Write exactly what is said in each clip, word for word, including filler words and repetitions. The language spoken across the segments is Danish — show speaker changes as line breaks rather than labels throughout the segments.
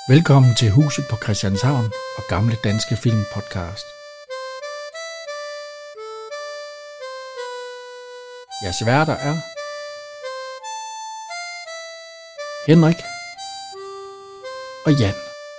Velkommen til Huset på Christianshavn og Gamle Danske Film Podcast. Jeres værter er Henrik og Jan.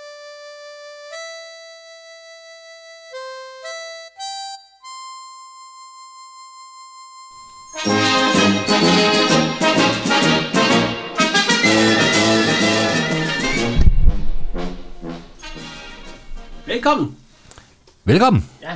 Velkommen.
Velkommen.
Ja.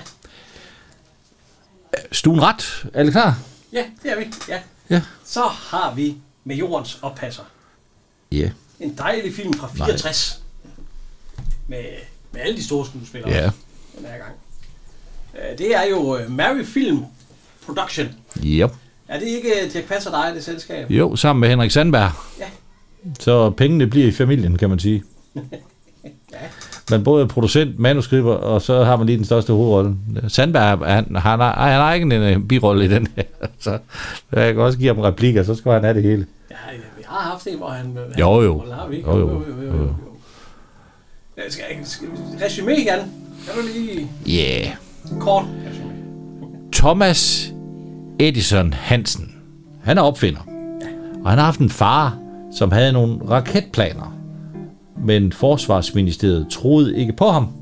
Stuen ret. Er det klar?
Ja, det er vi. Ja.
Ja.
Så har vi Med jordens oppasser.
Ja. Yeah.
En dejlig film fra fireogtres. Med, med alle de store skuespillere.
Ja.
Den her gang. Det er jo Mary Film Production.
Yep.
Er det ikke Dirch Passer, der ejer det selskab?
Jo, sammen med Henrik Sandberg.
Ja.
Så pengene bliver i familien, kan man sige.
Ja.
Man både er producent, manuskripper, og så har man lige den største hovedrolle. Sandberg, han, han, har, han har ikke en birolle i den her. Så jeg kan også give ham replikker, så skal han have det hele.
Ja, vi har haft en, hvor han...
Jo, jo.
Han, har vi ikke?
Jo, jo.
jo, jo, jo, jo, jo. Jeg skal, skal resumé igen. Kan du lige...
Ja. Yeah.
Kort resumé.
Thomas Edison Hansen. Han er opfinder. Ja. Og han har haft en far, som havde nogle raketplaner. Men Forsvarsministeriet troede ikke på ham.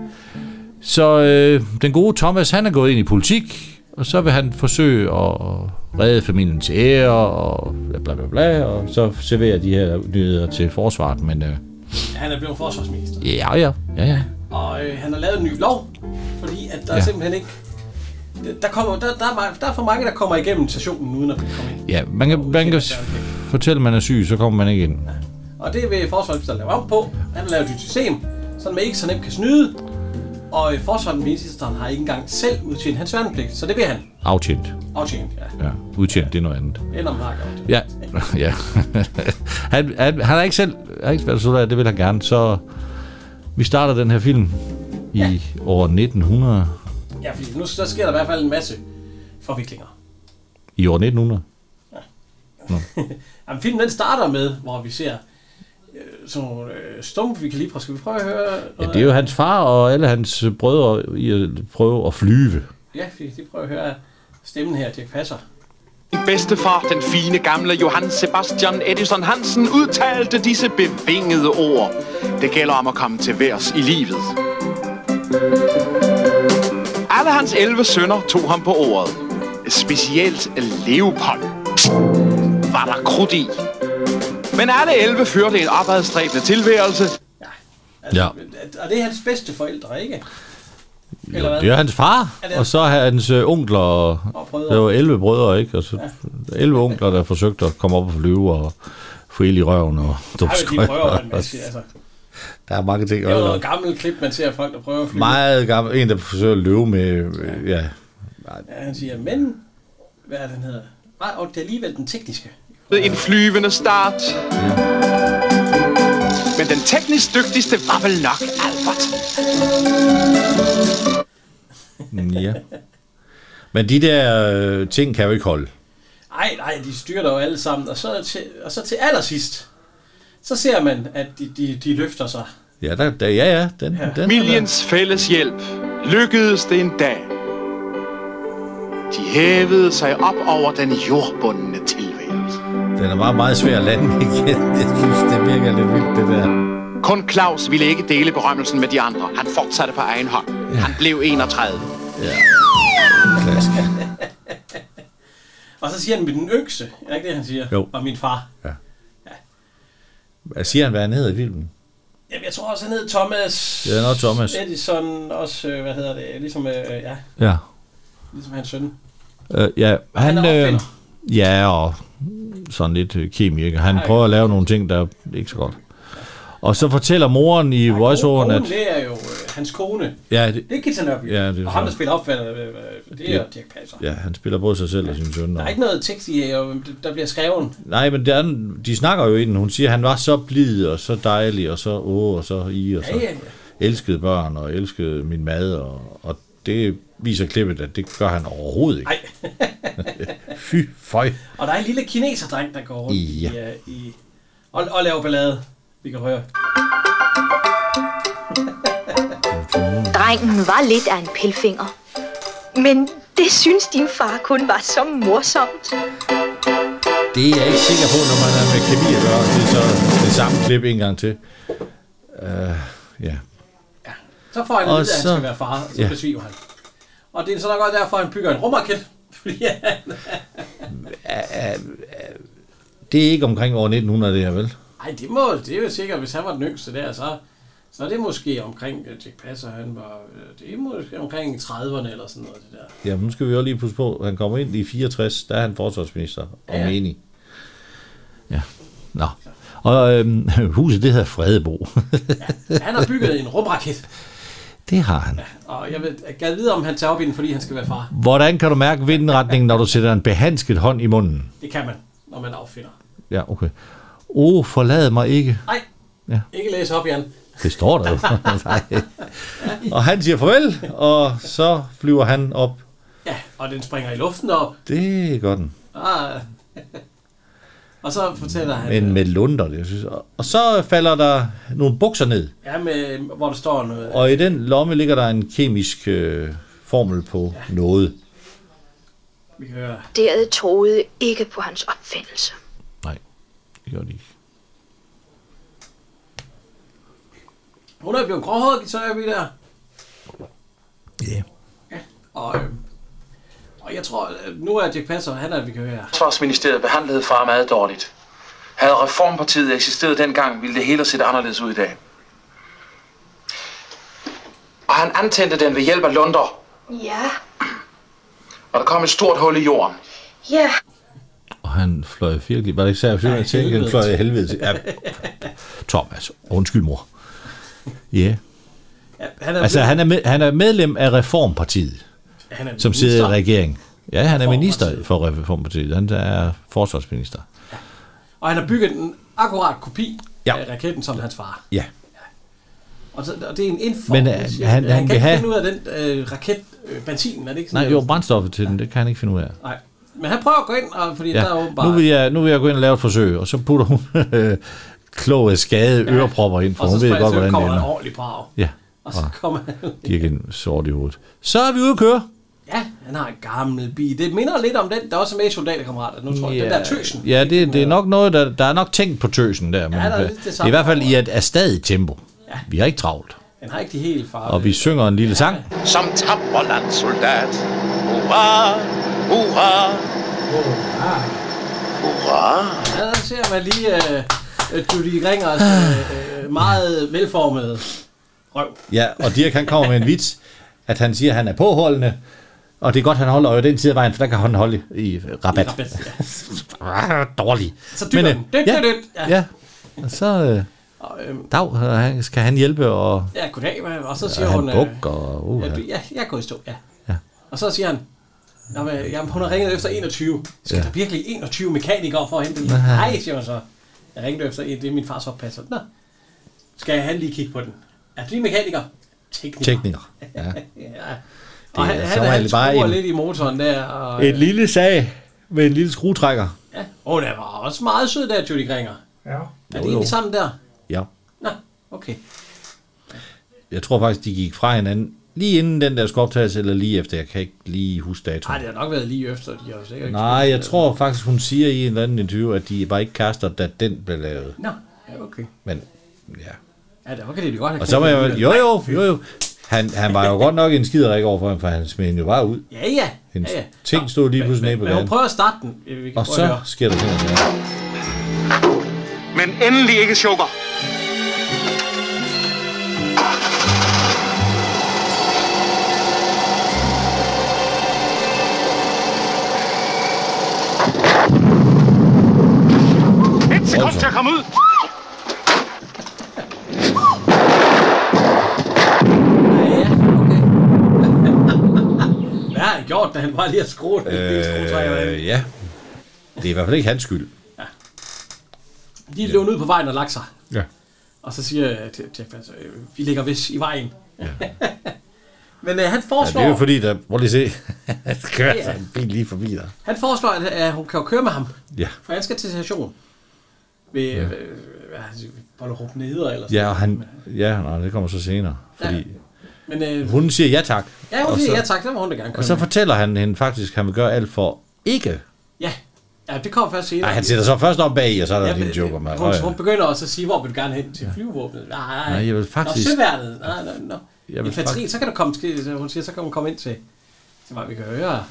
Så øh, den gode Thomas, han er gået ind i politik, og så vil han forsøge at redde familien til ære, og bla bla bla, og så serverer de her nyheder til forsvaret, men... Øh,
han er blevet forsvarsminister.
Ja, ja, ja, ja.
Og øh, han har lavet en ny lov, fordi at der ja. er simpelthen ikke... Der, kommer, der, der, er, der er for mange, der kommer igennem stationen, uden at komme ind.
Ja, man kan, man kan fortælle, at man er syg, så kommer man ikke ind.
Ja. Og det vil forsvarsministeren lave om på. Han har lavet et system, så man ikke så nemt kan snyde. Og forsvarsministeren har ikke engang selv udtjent hans værnepligt, så det vil han.
Aftjent.
Aftjent, ja.
Ja, udtjent, det er noget andet.
Eller om han har gjort.
Ja, ja. han, han, han har ikke selv, han har ikke været soldat, det vil han gerne. Så vi starter den her film i ja. år nitten hundrede.
Ja, fordi nu der sker der i hvert fald en masse forviklinger.
I år nitten hundrede?
Ja. Jamen, filmen den starter med, hvor vi ser øh, sådan nogle øh, stumpe, vi kan lige prøve. Skal vi prøve at høre?
Ja, det er jo hans far og alle hans brødre i at prøve at flyve.
Ja, vi kan lige prøve at høre stemmen her, Dirch Passer.
Min bedstefar, den fine gamle Johann Sebastian Edison Hansen, udtalte disse bevingede ord. Det gælder om at komme til værs i livet. Alle hans elleve sønner tog ham på ordet. Specielt Leopold var der krudt i. Men alle elleve førte en opadstræbende tilværelse.
Ja, altså,
ja.
Og det er hans bedste forældre, ikke?
Jo, det er hans far, er og så er hans øh, onkler, og, og der var elleve brødre, ikke? Og så ja. elleve onkler, der forsøgte at komme op og flyve og få ild i røven og
dumskøjter. De prøver, man siger, altså.
Der er mange ting.
Det er jo noget gammelt klip, man ser folk, der prøver at flyve.
Meget gammel. En, der forsøger at løbe med... Ja. Ja.
Ja, han siger, men... Hvad er den hedder? Og det er alligevel den tekniske.
En flyvende start. Ja. Men den teknisk dygtigste var vel nok Albert.
Ja. Men de der øh, ting kan jo ikke holde.
Nej, nej, de styrer jo alle sammen. Og så til, og så til allersidst, så ser man, at de, de, de løfter sig.
Ja, der, der, ja, ja. Den, ja. Den,
Familiens fælles hjælp lykkedes det en dag. De hævede sig op over den jordbundne tilværelse.
Den er meget, meget svær at lande igen. Jeg synes, det virker lidt vildt, det der.
Kun Claus ville ikke dele berømmelsen med de andre. Han fortsatte på egen hånd. Ja. Han blev enogtredive.
Ja.
Og så siger han med den yngste. Er det ikke det, han siger?
Jo.
Og min far.
Ja. Ja. Hvad siger han, hvad han hedder i filmen?
Jamen, jeg tror også, han hedder Thomas...
Ja, nok Thomas.
Edison også, hvad hedder det, ligesom, øh, ja.
Ja.
Ligesom hans søn.
Øh, ja, han...
han er
øh, ja, og sådan lidt kemiker. Han Ej, prøver at lave nogle ting, der er ikke så godt. Og så fortæller moren i voiceoveren, at...
det er jo øh, hans kone.
Ja, det,
det er Gita Nørby.
Ja, det er
og ham, der spiller opfatter, øh, det er Dirch Passer.
Ja, han spiller både sig selv ja. og sin søn.
Der er ikke noget tekst i, der bliver skrevet.
Nej, men der er, de snakker jo i den. Hun siger, at han var så blid og så dejlig, og så åh, og så i, og så ja, ja, ja. elskede børn, og elskede min mad, og, og det viser klippet, at det gør han overhovedet ikke. Nej. Fy, føj.
Og der er en lille kineserdreng, der går rundt ja. i, i, og, og laver ballade. Vi kan høre.
Drengen var lidt af en pilfinger. Men det synes din far kun var så morsomt.
Det er jeg ikke sikker på, når man er med kemi at gøre. Det er så det samme klip en gang til. Uh, ja.
Ja. Så får han at vide, at han skal være far, så ja. besvimer han. Og det er så nok også derfor, han bygger en rumraket. Fordi han...
Det er ikke omkring år nitten hundrede, det her, vel?
Nej, det, må, det er jo sikkert, hvis han var den yngste der, så, så er det måske omkring, Dirch Passer, han var, det er måske omkring trediverne eller sådan noget, det der.
Ja, nu skal vi jo lige pludselig på, han kommer ind i fireogtres, der er han forsvarsminister, og ja. menig. Ja, nå. Og øhm, huset, det hedder Fredebo.
Ja, han har bygget en rumraket.
Det har han.
Ja, og jeg, ved, jeg gad vide, om han tager op i den, fordi han skal være far.
Hvordan kan du mærke vindretningen, når du sætter en behandsket hånd i munden?
Det kan man, når man opfinder.
Ja, okay. Åh, oh, forlad mig ikke.
Nej, ja. Ikke læse op, Jan.
Det står der jo. Og han siger farvel, og så flyver han op.
Ja, og den springer i luften op.
Det gør den.
Ah. Og så fortæller han...
Men med lunder, det synes jeg. Og så falder der nogle bukser ned.
Ja, med, hvor der står noget...
Og i den lomme ligger der en kemisk øh, formel på ja. noget.
Vi kan høre.
Derede troede ikke på hans opfindelse.
Nej, det gør de ikke.
Hun er blevet gråhåret, guitar vi der.
Ja. Yeah.
Ja, og... Øh, Og jeg tror, nu er Dirch Passer, han er, vi kan høre.
Forsvarsministeriet behandlede far meget dårligt. Havde Reformpartiet eksisteret dengang, ville det hele set anderledes ud i dag. Og han antændte den ved hjælp af lunder.
Ja.
Og der kom et stort hul i jorden.
Ja.
Og han fløj virkelig, var det ikke særligt, at tænke, han fløj i helvede til. Ja. Thomas, undskyld mor. Yeah. Ja. Han er altså, han er, med, han er medlem af Reformpartiet. Han er som sidder i regeringen. Ja, han er minister for Reformpartiet. Han er forsvarsminister.
Ja. Og han har bygget en akkurat kopi ja. af raketten som hans far.
Ja.
ja. Og, så, og det er en indform.
Men uh, han, han,
han kan ikke
have...
finde ud af den øh, raket, øh, benzinen, er det ikke sådan?
Nej, jo, brændstoffet til ja. den, det kan han ikke finde ud af.
Nej. Men han prøver at gå ind, og, fordi ja. der er åbenbart...
Nu vil, jeg, nu vil jeg gå ind og lave et forsøg, og så putter hun kloge skade ja. ørepropper ind, for hun ved godt, hvordan det ender. Og så kommer
en ordentlig brag.
Ja.
Og så kommer han...
De er igen sort i hovedet. Så er vi ude at køre.
Ja, han har en gammel bil. Det minder lidt om den, der også er med i Soldaterkammerater. Nu tror jeg,
ja,
den der tøsen.
Ja, det, det er nok noget, der, der er nok tænkt på tøsen der. Men ja, der er det, det er i hvert fald i et afstadigt tempo. Ja. Vi har ikke travlt.
Han har ikke de helt farlige.
Og vi synger en lille ja. sang.
Som tapper landsoldat. Hurra, hurra,
hurra.
Hurra.
Ja, der ser man lige uh, Judy Ringers uh, meget velformede røv.
Ja, og Dirch han kommer med en vits, at han siger, at han er påholdende, og det er godt, han holder øje den tid af vejen, for der kan han holde i rabat. I rabat ja. Dårlig.
Så dykker den. Dyt,
ja,
dyt, ja.
ja. Og så øh, og, øhm, dag, skal han hjælpe, og...
Ja, goddag, og så siger
og
hun...
Han buk, og... Uh,
ja, ja, jeg går i stå, ja.
ja.
Og så siger han, jamen, hun har ringet efter enogtyve. Skal ja. der virkelig enogtyve mekanikere for at hente den? Nej, siger hun så. Jeg ringede efter en, det er min fars oppasser. Nå, skal han lige kigge på den? Er det lige mekaniker? Tekniker.
Tekniker, ja.
ja. Og han, han, han skruer en, lidt i motoren der. Og,
et lille sag med en lille skruetrækker.
Ja, og der var også meget sød der, Judy Ringer. Ja. Er de egentlig sammen der?
Ja.
Nå, okay.
Jeg tror faktisk, de gik fra hinanden lige inden den der skulle optages, eller lige efter. Jeg kan ikke lige huske datoen.
Nej, det har nok været lige efter. De har sikkert ikke
Nej, jeg det. tror faktisk, hun siger i en eller anden interview, at de var ikke kærester, da den blev lavet.
Nå, ja, okay.
Men, ja.
Ja, der kan det jo godt have.
Og så var jeg jo, jo, jo, jo. Han, han var jo godt nok en skiderik overfor ham, for han smed hende jo bare ud.
Ja, ja.
Hendes
ja, ja.
ting stod lige pludselig nede på gaden.
Men hun prøver at starte den. Vi kan
og så høre. sker der ting.
Men endelig ikke sukker. Et sekund til at komme ud.
Hvad har han gjort, da han bare lige har skruet øh, det skruetrækker?
Ja, det er i hvert fald ikke hans skyld. Ja.
De er løbet ud på vejen og lagt sig.
Ja.
Og så siger jeg til Dirch Passer, vi ligger vist i vejen. Ja. Men øh, han foreslår...
Ja, det er jo fordi, der... Prøv lige se. Han kører ja. en bil lige forbi der.
Han foreslår, at, at hun kan jo køre med ham.
Ja.
For han skal til station. ved, ja. ved Bollerup Neder eller sådan
Ja, og han, ja, nej, det kommer så senere. Fordi
ja. Men, øh,
hun siger ja tak.
Ja, hun siger ja tak, det må hun da gerne.
Og så fortæller han hende faktisk, at han vil gøre alt for ikke.
Ja, ja det kommer først senere.
Nej, han sætter så først op bag, og så er der ja, en lille joker med.
Hun, hun begynder også at sige, hvor vil du gerne hen til flyvevåbnet. Nej,
nej, jeg vil faktisk...
Nå, søværnet. Nej, nej, nej. Infanteri, så kan du komme, hun siger, så kan hun komme ind til, til hvad vi kan høre.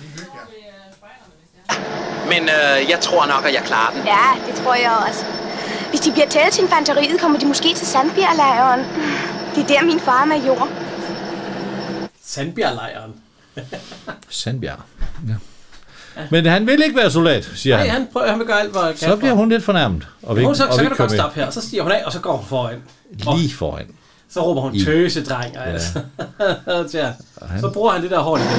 Men øh, jeg tror nok, at jeg klarer den.
Ja, det tror jeg også. Hvis de bliver taget til infanteriet, kommer de måske til Sandbjerglejren. Det er der, min far er major.
Sandbjerglejren?
Sandbjerg, ja. Ja. Men han vil ikke være soldat, siger
Nej,
han.
han, prøver, han vil gøre alt, hvad han
kan. Så bliver hun lidt fornærmet. Og vi,
hun, så,
og
så
vi
kan du godt stoppe her. Så stiger hun af, og så går hun foran.
Lige foran.
Så råber hun tøsedreng. Ja. Altså. Så bruger han det der hår igen.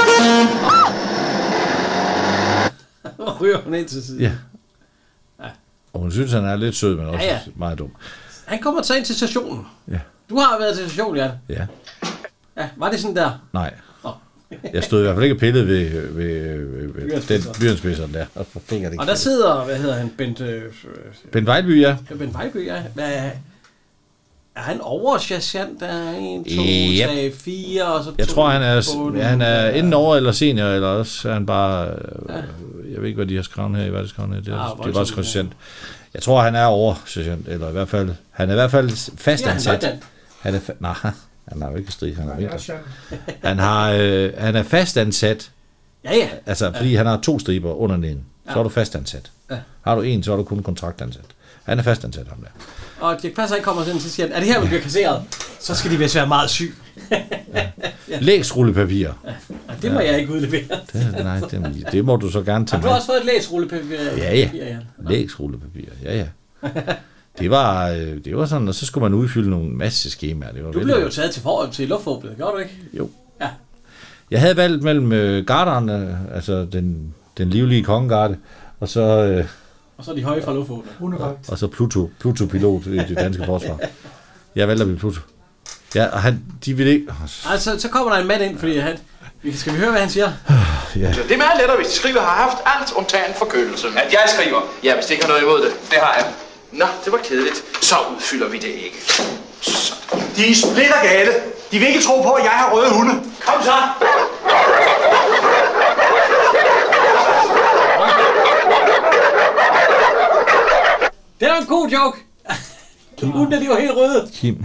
Så ryger hun ind til siden.
Ja. Ja. Og hun synes, han er lidt sød, men også ja, ja. meget dum.
Han kommer så ind til stationen.
Ja.
Du har været til stationen, Jan.
Ja.
Ja, var det sådan der?
Nej. Oh. Jeg stod i hvert fald ikke pillet ved, ved, ved, ved den blyantspidseren der. Og,
og der sidder, hvad hedder han, Bent... Øh,
Bent Vejlby, ja.
Bent Vejlby, ja. Hvad, er han oversergeant? Der er en, to,
yep.
tre, fire, og så
Jeg
to,
tror, han er,
otte,
han er enten over eller senior, eller også er han bare... Ja. Jeg ved ikke, hvad de har skrevet her i verdenskraven her. Det er, ja, det er bare sergeant. Jeg tror, han er oversergeant, eller i hvert fald... Han er i hvert fald fastansat. Ja, han er fa- Nej, han har jo ikke strid, han er vinter. Han, har, øh, han er fastansat.
Ja, ja.
Altså, fordi ja. han har to striber under den ene. Så ja. er du fastansat. Ja. Har du en, så er du kun kontraktansat. Han er fastansat, ham der.
Og Dirch Passer ikke kommer sådan, så siger han, er det her, man bliver kasseret? Så skal de vist være meget syg.
ja. Lægsrullepapir.
Ja. Det må ja. jeg ikke udlevere.
det, nej, det, det må du så gerne tage.
Har du også fået et lægsrullepapir?
Ja, ja. ja. Lægsrullepapir, ja, ja. Det var, det var sådan, og så skulle man udfylde nogle masse skemaer. Det var
du blev jo taget til forhold til luftvåbnet, gjorde du ikke?
Jo. Ja. Jeg havde valgt mellem øh, garderne, altså den, den livlige kongegarde, og så... Øh,
og så de høje fra luftvåbnet.
Og så Pluto, Pluto-pilot i det danske forsvar. Jeg valgte at blive Pluto. Ja, og han, de vil ikke...
Altså, så kommer der en mand ind, fordi han... Skal vi høre, hvad han siger?
ja. Det er meget lettere, hvis de skriver har haft alt undtagen forkølelse. At jeg skriver? Ja, hvis de ikke har noget imod det. Det har jeg. Nå, det var kedeligt. Så udfylder vi det ikke. Så. De er splitter gale. De vil ikke tro på, at jeg har røde hunde. Kom så!
Det er en god joke. Hundene, de var helt røde.
Kim.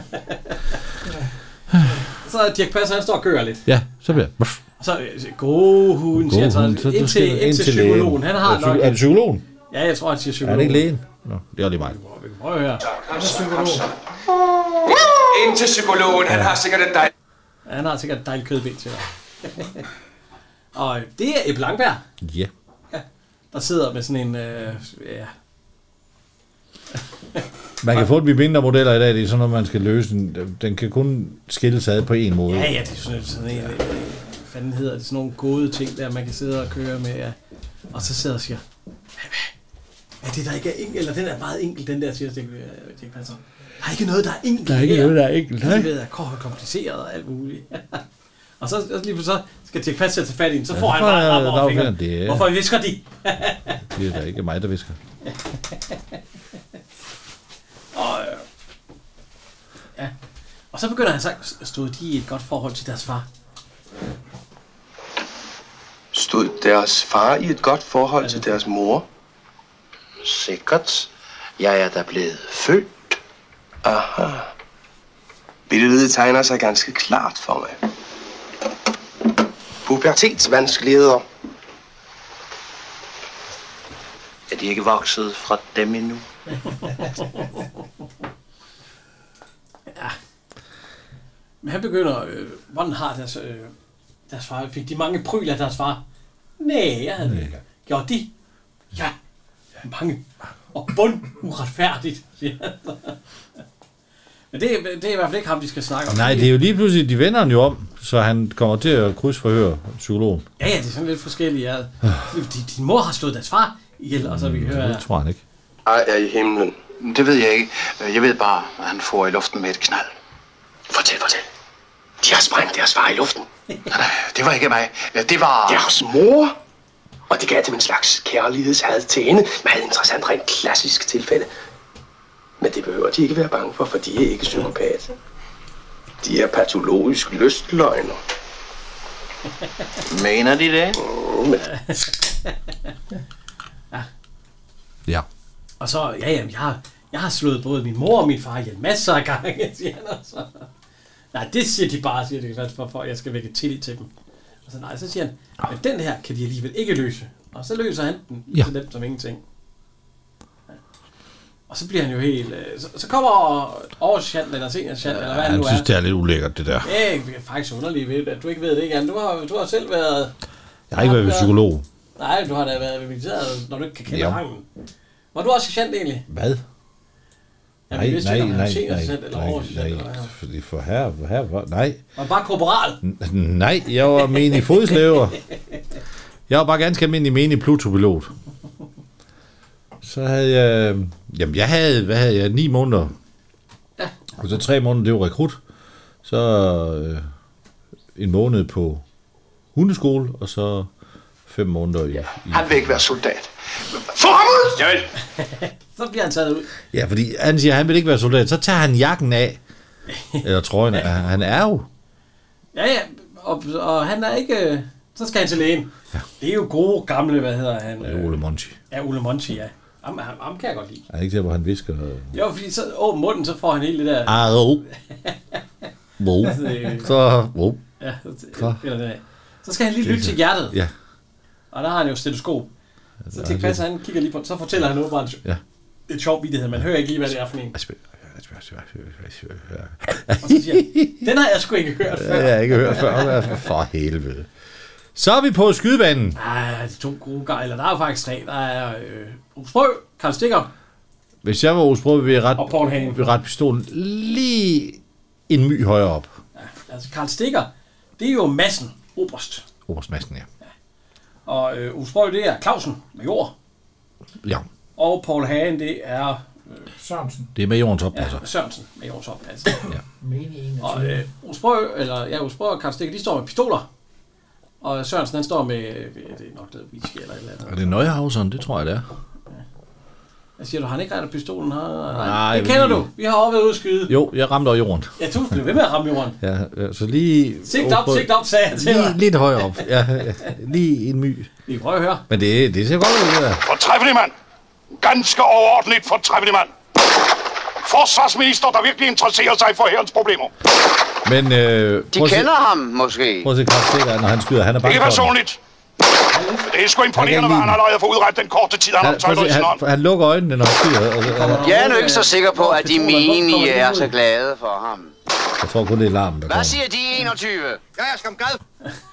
Så er Dirch Passer, han står og kører lidt.
Ja, så bliver det.
Så gode hund, siger han så. Ind til, ind til psykologen. Han har nok...
Er det psykologen?
Ja, jeg tror, han siger psykologen.
Er det ikke lægen? Nå, det er lige mig.
Vi kan prøve at høre.
Ind til psykologen, han har sikkert et dejligt...
Ja, han har sikkert et dejligt kødben til dig. Og det er Ebbe Langberg.
Ja.
Ja. Der sidder med sådan en... Øh, ja.
Man kan få et mindre modeller i dag, det er sådan noget, man skal løse. Den, den kan kun skilles ad på en måde.
Ja, ja, det er sådan, sådan en... Hvad fanden hedder det? Sådan nogle gode ting, der man kan sidde og køre med. Ja. Og så sidder og siger... Ja, det der ikke er enkelt, eller den er meget enkel, den der, siger Dirch Passer. Der er ikke noget, der er enkelt.
Der er ikke noget, der er enkelt.
Jeg ved, at kort er kompliceret og alt muligt. Og så, lige så skal Dirch Passer tage fat i den, så får ja, han bare rammer over fingeren.
Det.
Hvorfor visker de?
Det er da ikke mig, der visker.
og, ja. og så begynder han så, stod de i et godt forhold til deres far?
Stod deres far i et godt forhold ja, til deres mor? Sikkert. Jeg er da blevet født. Aha. Billedet tegner sig ganske klart for mig. Pubertetsvanskeligheder. Er de ikke vokset fra dem endnu?
ja. Men han begynder, øh, hvordan har deres, øh, deres far, fik de mange pryl af deres far? Nej, jeg havde ikke. Gjorde de? Ja, mange. Og bund uretfærdigt, siger han. Men det, det er i hvert fald ikke ham, de skal snakke om.
Nej, det er jo lige pludselig, de vender han jo om, så han kommer til at krydsforhøre psykologen.
Ja, ja, det er sådan lidt forskelligt. Ja. Din mor har slået deres far ihjel, og så vi kan høre...
Det tror han ikke.
Ej, er i himlen.
Det ved jeg ikke. Jeg ved bare, at han får i luften med et knald.
Fortæl, fortæl. De har sprængt deres far i luften.
Nej, det var ikke mig. Det var...
Deres mor. Og det gav dem en slags kærlighedshad til hende. Meget interessant, rent klassisk tilfælde. Men det behøver de ikke være bange for, for de er ikke psykopater. De er patologisk lystløgner.
Mener de det?
Mm, men...
ja.
Ja.
Og så, ja, jamen, jeg har, jeg har slået både min mor og min far ihjel masser af gange, siger han også. Nej, det siger de bare, siger det, for, for at jeg skal vække tillid til dem. Og så nej, så siger han, men den her kan de alligevel ikke løse. Og så løser han den, ja. Så nemt som ingenting. Ja. Og så bliver han jo helt... Så, så kommer årsjant, eller senjant, eller hvad
ja,
han nu er.
Han synes, det er lidt ulækkert, det der.
Ja, det er faktisk underligt ved, at du ikke ved det, ikke? Du har, du har selv været...
Jeg har ikke været ved psykolog.
Nej, du har da været ved militæret, når du ikke kan kende rangen. Var du også sergeant egentlig?
Hvad?
Ja,
nej,
vidste,
nej,
nej,
nej,
nej,
nej,
eller
nej, nej, nej, fordi for her, her, var, nej.
Var du bare korporal?
N- nej, jeg var menig fodslæver. Jeg var bare ganske almindelig menig plutopilot. Så havde jeg, jamen jeg havde, hvad havde jeg, ni måneder.
Ja.
Og så tre måneder, det var rekrut. Så øh, en måned på hundeskole, og så fem måneder i...
Ja,
i
han vil ikke være soldat. Få ham ud!
Jeg
Så bliver han taget ud.
Ja, fordi han siger, at han vil ikke være soldat. Så tager han jakken af. Eller trøjen af. Han er jo.
Ja, ja. Og, og han er ikke... Så skal han til lægen. Ja. Det er jo gode gamle, hvad hedder han?
Det er Ole Monti.
Ja, Ole Monti, ja. Ham, ham, ham kan jeg godt lide.
Er det ikke der, hvor han visker?
Jo, fordi så åbner munden, så får han hele det der...
Au. Wow. Så... Wow.
Ja, så, så skal han lige lytte til hjertet.
Ja.
Og der har han jo stetoskop. Så til Klasse, han kigger lige på så fortæller han åbenbart
ja.
et sjovt vidighed. Man hører ikke lige, hvad det er for en. Og så siger han, den har jeg sgu ikke hørt før.
Ja, jeg har ikke hørt før. For helvede. Så er vi på skydebanen.
Nej, de to gode gejler. Der er jo faktisk tre. Der er øh, Osprø, Karl Stikker.
Hvis jeg var Osprø, ville jeg ret,
og Paul Hagen.
Ville ret pistolen lige en my højere op.
Ja, altså Karl Stikker, det er jo Madsen, oberst.
Oberst Madsen, ja.
ja. Og øh, Osprø, det er Clausen, major.
Ja.
Og Paul Hagen, det er... Øh,
Sørensen.
Det er majorens oppasser.
Ja, Sørensen, majorens oppasser.
ja.
Og øh, Osprø, eller ja, Osprø og Karl Stikker, de står med pistoler. Og Sørensen, han står med, det er nok det whisky eller et eller andet.
Er det Neuhauseren? Det tror jeg, det er.
Ja. Hvad siger du, han ikke rettet pistolen her?
Nej,
det kender du. Vi har også været ude at skyde.
Jo, jeg ramte over jorden.
Ja, du blev ved med at ramme jorden.
Ja, så lige...
Sigt op, sigt op, sagde jeg til
lige,
dig.
Lidt højere op. Ja, lige en my.
Vi prøver at høre.
Men det, det ser godt ud, det der.
Fortræffelig mand. Ganske overordentligt fortræffelig mand. Forsvarsminister, der virkelig interesserer sig for herrens problemer.
Men, øh,
De kender ham, måske.
Prøv at se, Karl Stikker, når han skyder. Han er bare...
Ikke personligt. Det er sgu imponerende, hvad han har lavet for udret den korte tid, han har taget ud i sin hånd.
Han lukker øjnene, når han skyder.
Jeg er nu ikke så sikker på, at de menige er så glade for ham.
Jeg tror kun, det er larmen, der
Hvad siger de enogtyve?
Jeg er skam gad.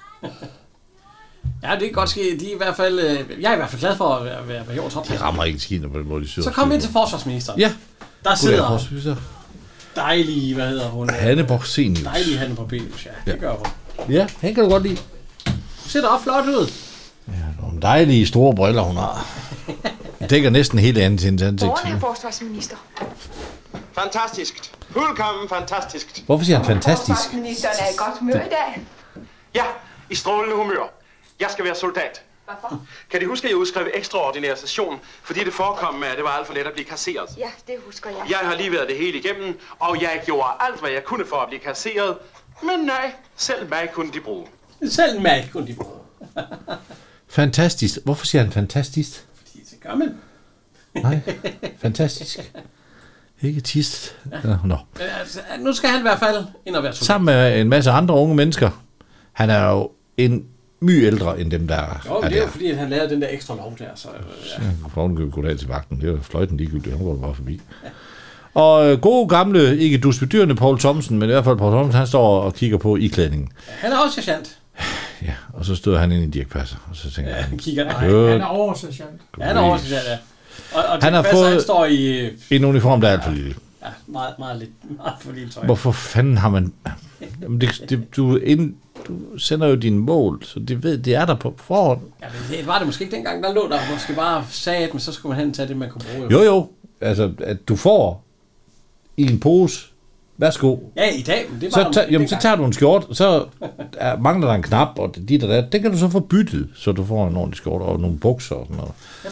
Ja, det kan godt ske. De er i hvert fald, jeg er i hvert fald glad for at være, være majors oppasser.
De rammer ikke skiner på den måde, de syder.
Så kom vi ind til forsvarsministeren.
Ja.
Der sidder dejlige, hvad hedder hun?
Hanne Borgsenius.
Dejlige Hanne Borgsenius, ja. Det ja. gør hun.
Ja, han kan du godt lide.
Hun ser da også flot ud.
Ja, nogle dejlige store briller, hun har. Det dækker næsten hele hendes ansigt.
Borgen er forsvarsminister.
Fantastisk. Fuldkommen fantastisk.
Hvorfor siger han fantastisk?
Forsvarsministeren er i godt humør i dag.
Ja, i strålende humør. Jeg skal være soldat.
Hvorfor?
Kan de huske, at jeg udskrev ekstraordinær session, fordi det forekom med, at det var alt for let at blive kasseret?
Ja, det husker jeg.
Jeg har lige været det hele igennem, og jeg gjorde alt, hvad jeg kunne for at blive kasseret. Men nej, selv mig kunne de bruge.
Selv mig kunne de bruge.
Fantastisk. Hvorfor siger han fantastisk?
Fordi det gør man.
Nej, fantastisk. Ikke tist. Ja. Nå.
Men altså, nu skal han i hvert fald ind og være soldat.
Sammen med en masse andre unge mennesker. Han er jo en my ældre end dem, der
jo, er det er jo fordi, at han lavede den der ekstra lov der. Så, ja.
Ja, for hun kan gå af til vagten. Det var fløjten ligegyldigt. Han går bare forbi. Ja. Og øh, gode gamle, ikke duspedyrende Paul Thomsen, men i hvert fald Paul Thomsen, han står og kigger på iklædningen.
Ja, han er også sergeant.
Ja, og så stod han ind i Dirk Passer, og så tænker
ja,
han...
Kigger, nej,
han er oversergeant.
Ja, han er oversergeant, ja. Og, og
han har
Passer,
fået
han står i...
en uniform, der er alt for lille.
Ja, meget, meget, lidt, meget for lille tøj.
Hvorfor fanden har man... Jamen det, det, du, ind, du sender jo dine mål, så det, ved, det er der på forhånd.
Ja, men det var det måske ikke dengang, der lå der måske bare sagde, men så skulle man hen tage det, man kunne bruge.
Jo, jo. Altså, at du får i en pose... Værsgo.
Ja, i dag, men det var
så,
der
ta- jamen, så tager du en skjort, så er, mangler der en knap, og dit og dat. Det kan du så få byttet, så du får en ordentlig skjort og nogle bukser og sådan noget.
Jeg tror,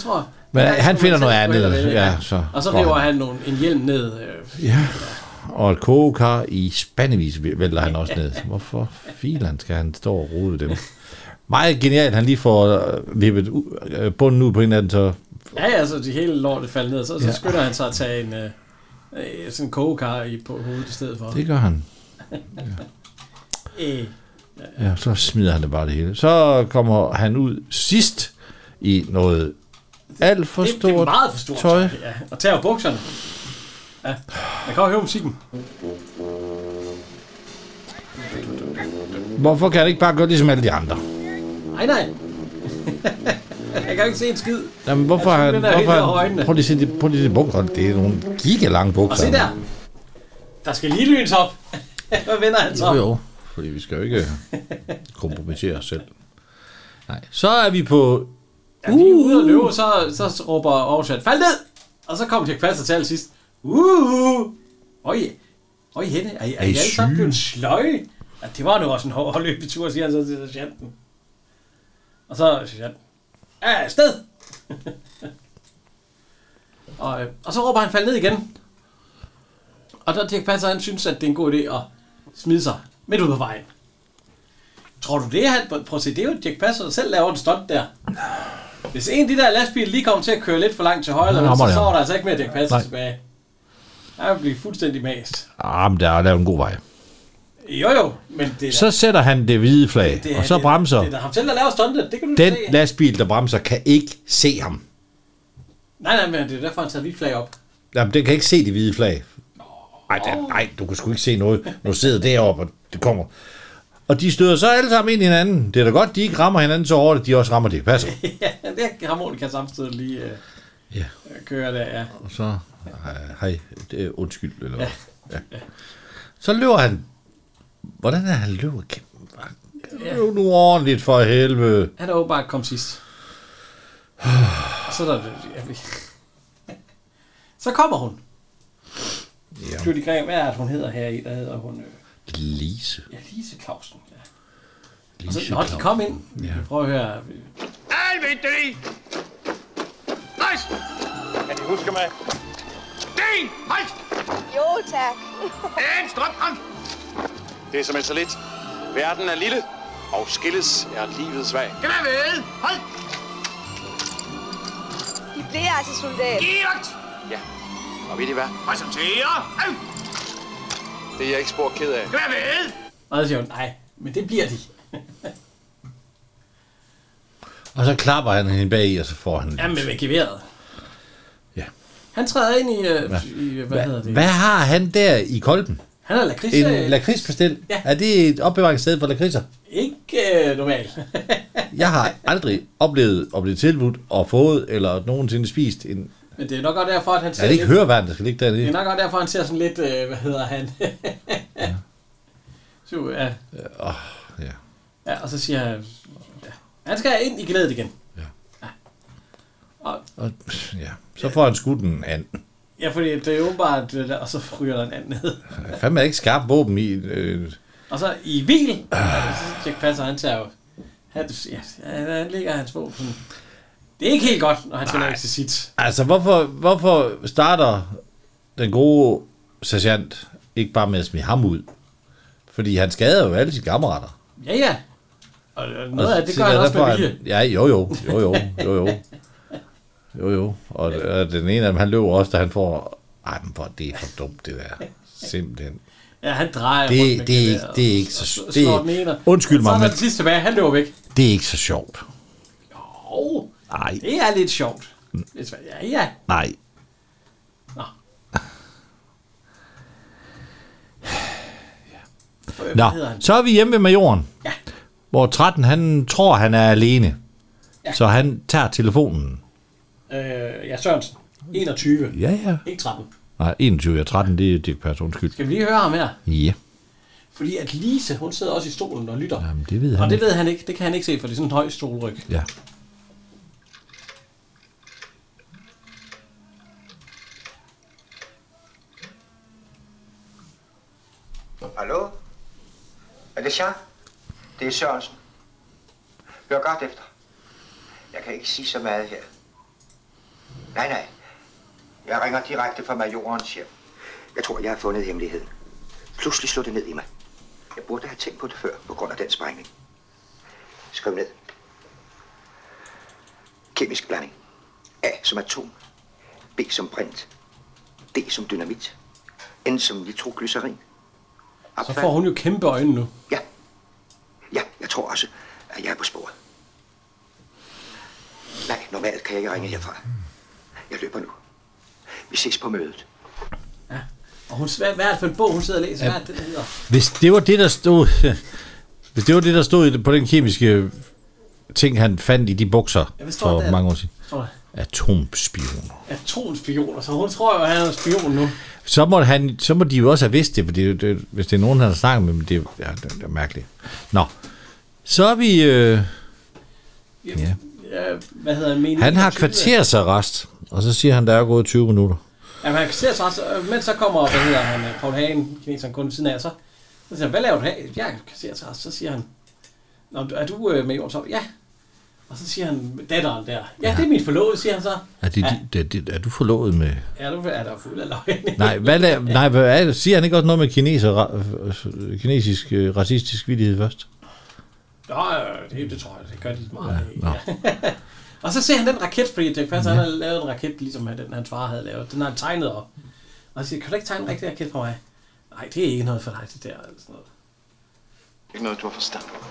Men
ja,
han finder noget andet.
Det,
ja,
ja.
så
og så river han nogle, en hjelm ned. Øh.
Ja, og et kogekar i spandevis vælter han også ned. Hvorfor filan skal han stå og rode dem? Meget genialt, han lige får vippet bunden ud på en af den, så...
Ja, ja, så de hele lortet falder ned, så, så ja. skynder han sig at tage en øh, sådan en kogekar i, på hovedet i stedet for.
Det gør han.
Ja. øh,
ja. ja, så smider han det bare det hele. Så kommer han ud sidst i noget alt for
det,
stort
det er meget for stort
tøj.
Ja. Og tager bukserne. Ja, man kan jo høre musikken.
Hvorfor kan han ikke bare gøre ligesom alle de andre?
Nej, nej. Jeg kan jo ikke se en skid.
Jamen, hvorfor han... Hvorfor han prøv lige at se de, prøv lige de bukser. Det er nogle gigalange bukser.
Og se der. Der skal lige lynes op. Hvad vender han så?
Jo, jo. Fordi vi skal jo ikke kompromittere os selv. Nej. Så er vi på...
Ja, vi er ude og løbe, så, så råber oversat, fald ned! Og så kommer Dirch Passer til allersidst. Uh! Øj, øj hende, er, er, er I alle sammen blevet sløje? Ja, det var nu også en hård løbetur, siger han så til sergeanten. Og så sergeanten, ja, afsted! og, og så råber han, fald ned igen. Og der Dirch Passer, han synes, at det er en god idé at smide sig midt ud på vejen. Tror du det, han... Prøv at se, det er jo Dirch Passer, der selv laver en stunt der. Hvis en af de der lastbiler lige kommer til at køre lidt for langt til højre, ja, så, så er der altså ikke mere Dirch Passer tilbage. Han bliver fuldstændig mast.
Ah, men der er lavet en god vej.
Jo jo, men det er...
Så sætter han det hvide flag, det, det, og så det, bremser.
Det, det er ham selv, der laver stuntet, det kan du
Den
se.
Den lastbil, der bremser, kan ikke se ham.
Nej, nej, men det er derfor, han tager hvidt flag op.
Jamen, den kan ikke se det hvide flag. Nej, nej, du kan sgu ikke se noget, når du sidder deroppe, og det kommer... Og de støder så alle sammen ind i hinanden. Det er da godt, de ikke rammer hinanden så hårdt, at de også rammer Dirch Passer.
Ja, det er harmonika samtidig lige uh, ja. kører der, ja.
Og så, hej, det er undskyld, eller hvad? Ja. Ja. Så løber han. Hvordan er han løber? Ja. Løb nu ordentligt for helvede.
Han er åbenbart kom sidst. så der, ja, så kommer hun. Ja. Flytte Greve, hvad er det, hun hedder her i? Der hedder hun... Øh,
Lise.
Ja, Lise Clausen. Ja. Lise og så, når de kom ind, ja. Prøv at høre.
Alvindelig! Rejs! Kan de huske mig? Den! Hold!
Jo, tak.
En strømkamp! Det er som så lidt. Verden er lille, og skilles er livet svag. Kan være ved! Hold!
De bliver altså soldat.
Givet! Ja, og ved I hvad? Præsentere! Øv! Det er jeg ikke spor ked af. Kan være ved!
Og så siger hun, nej, men det bliver de.
Og så klapper han hende bag i, og så får han...
Jamen, med geværet.
Ja.
Han træder ind i... Uh,
hvad?
i hvad
Hva,
hedder det?
Hvad har han der i kolben?
Han er lakrids...
En lakridspastil?
Ja.
Er det et opbevaringssted for lakridser?
Ikke uh, normalt.
Jeg har aldrig oplevet at blive tilbudt og fået, eller nogensinde spist en...
Men det er nok også derfor, at han ser...
Er det ikke lidt... høreværn, der skal ligge dernede?
Det er nok også derfor, han ser sådan lidt... Uh, hvad hedder han? ja. Så, ja.
Ja, oh, ja.
Ja, og så siger han... Ja. Han skal ind i glædet igen.
Ja.
Ja. Og,
og, ja. Så får han skudt en and.
Ja, fordi det er jo bare... Og så ryger der en and ned.
Jeg fandme ikke skarpt våben i... Øh...
Og så i hvil... Øh. Ja, så Dirch Passer, han tager jo... Han, ja, han ligger hans våben. Det er ikke helt godt, når han skal lave til sit.
Altså, hvorfor, hvorfor starter den gode sergeant ikke bare med at smide ham ud? Fordi han skader jo alle sine kammerater.
Ja, ja. Og noget af det gør han også med vilje.
Ja, jo, jo, jo, jo, jo, jo. Jo, jo. Og den ene af dem, han løber også, da han får... Ej, men for, det er for dumt, det der. Simpelthen.
Ja, han drejer
det,
rundt med
det, er ikke, det er ikke så... Det er, undskyld mig,
men... Så er
men...
den sidste tilbage, han løber væk.
Det er ikke så sjovt.
Jo,
nej.
Det er lidt sjovt. Ja, ja.
Nej.
Nå.
Nå, så er vi hjemme ved majoren.
Ja.
Hvor tretten, han tror, han er alene.
Ja.
Så han tager telefonen.
Øh, ja, Sørensen. enogtyve.
Ja, ja.
Ikke tretten.
Nej, enogtyve og tretten, det er Dirch Passer, undskyld.
Skal vi lige høre ham her?
Ja.
Fordi at Lise, hun sidder også i stolen og lytter.
Jamen, det ved han
Og det
ikke.
ved han ikke. Det kan han ikke se, for det er sådan en høj stolryg.
Ja.
Hallo? Er det Jean? Det er Sørensen. Hør godt efter. Jeg kan ikke sige så meget her. Nej, nej. Jeg ringer direkte fra majorens hjem. Jeg tror, jeg har fundet hemmeligheden. Pludselig slog det ned i mig. Jeg burde have tænkt på det før, på grund af den sprængning. Skriv ned. Kemisk blanding. A som atom. B som brint. D som dynamit. N som nitroglycerin.
Så får hun jo kæmpe øjne nu.
Ja. Ja, jeg tror også, at jeg er på sporet. Nej, normalt kan jeg ikke ringe herfra. Jeg løber nu. Vi ses på mødet.
Ja. Og hun, hvad, hvad er det for en bog, hun sidder og læser? Hvad er det, den hedder?
Hvis det var det, der stod... Hvis det var det, der stod på den kemiske ting, han fandt i de bukser
ja,
for
der?
mange år siden.
Står
Atomspioner.
Atomspioner, så hun tror jo, at han er spion nu.
Så må, han, så må de jo også have vidst det, for det, det, hvis det er nogen, han har snakket med, men det, ja, det, det er mærkeligt. Nå, så er vi... Øh,
ja. Ja, hvad hedder han?
Han har kvartersarrest, og så siger han, der er gået tyve minutter.
Ja, men han kan se sig, men så kommer, hvad hedder han, Paul Hagen, kineseren, kun ved siden af, så, så siger han, hvad laver du her? Ja, jeg kan se sig, så siger han, Nå, er du øh, med Jorden? Ja. Og så siger han, datteren der, ja, ja. Det er min forlovede, siger han så.
Er, det, ja. det, det, er du forlovet med?
Ja, du er der fuld af løgn.
Nej, hvad, la, nej, hvad er det? Siger han ikke også noget med kineser, kinesisk øh, racistisk vittighed først?
Nå, det, det tror jeg, det gør de meget. Ja, ja. Og så ser han den raket, fordi det passer, ja. Han har lavet en raket, ligesom den hans far havde lavet. Den har han tegnet op. Og så siger, kan du ikke tegne en rigtig raket for mig? Nej, det er ikke noget for dig, det der. Eller sådan noget.
Ikke noget, du har forstand på.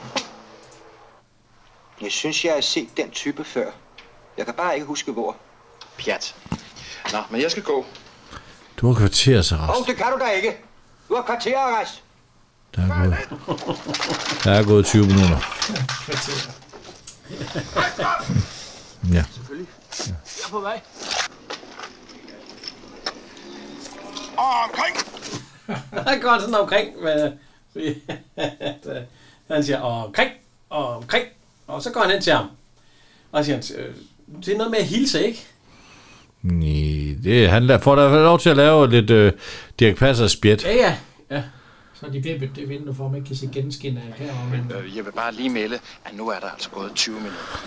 Jeg synes, jeg har set den type før. Jeg kan bare ikke huske, hvor.
Pjat. Nå, men jeg skal gå.
Du har kvartersarrest.
Åh, oh, det kan du da ikke. Du har kvartersarrest.
Der er gået, der er gået tyve minutter. Ja.
Selvfølgelig.
Ja.
Jeg er på vej. Og omkring!
Han går sådan omkring. Hvad, han siger, og omkring, og omkring. Og så går han hen til ham. Og siger, det er noget med at hilse, ikke?
Nej, det han får da lov til at lave lidt øh, Dirch Passers spjæt.
Ja, ja. ja.
Så de ved det vindue, for at man ikke kan se genskin af kameraet.
Øh, jeg vil bare lige melde, at nu er der altså gået tyve minutter.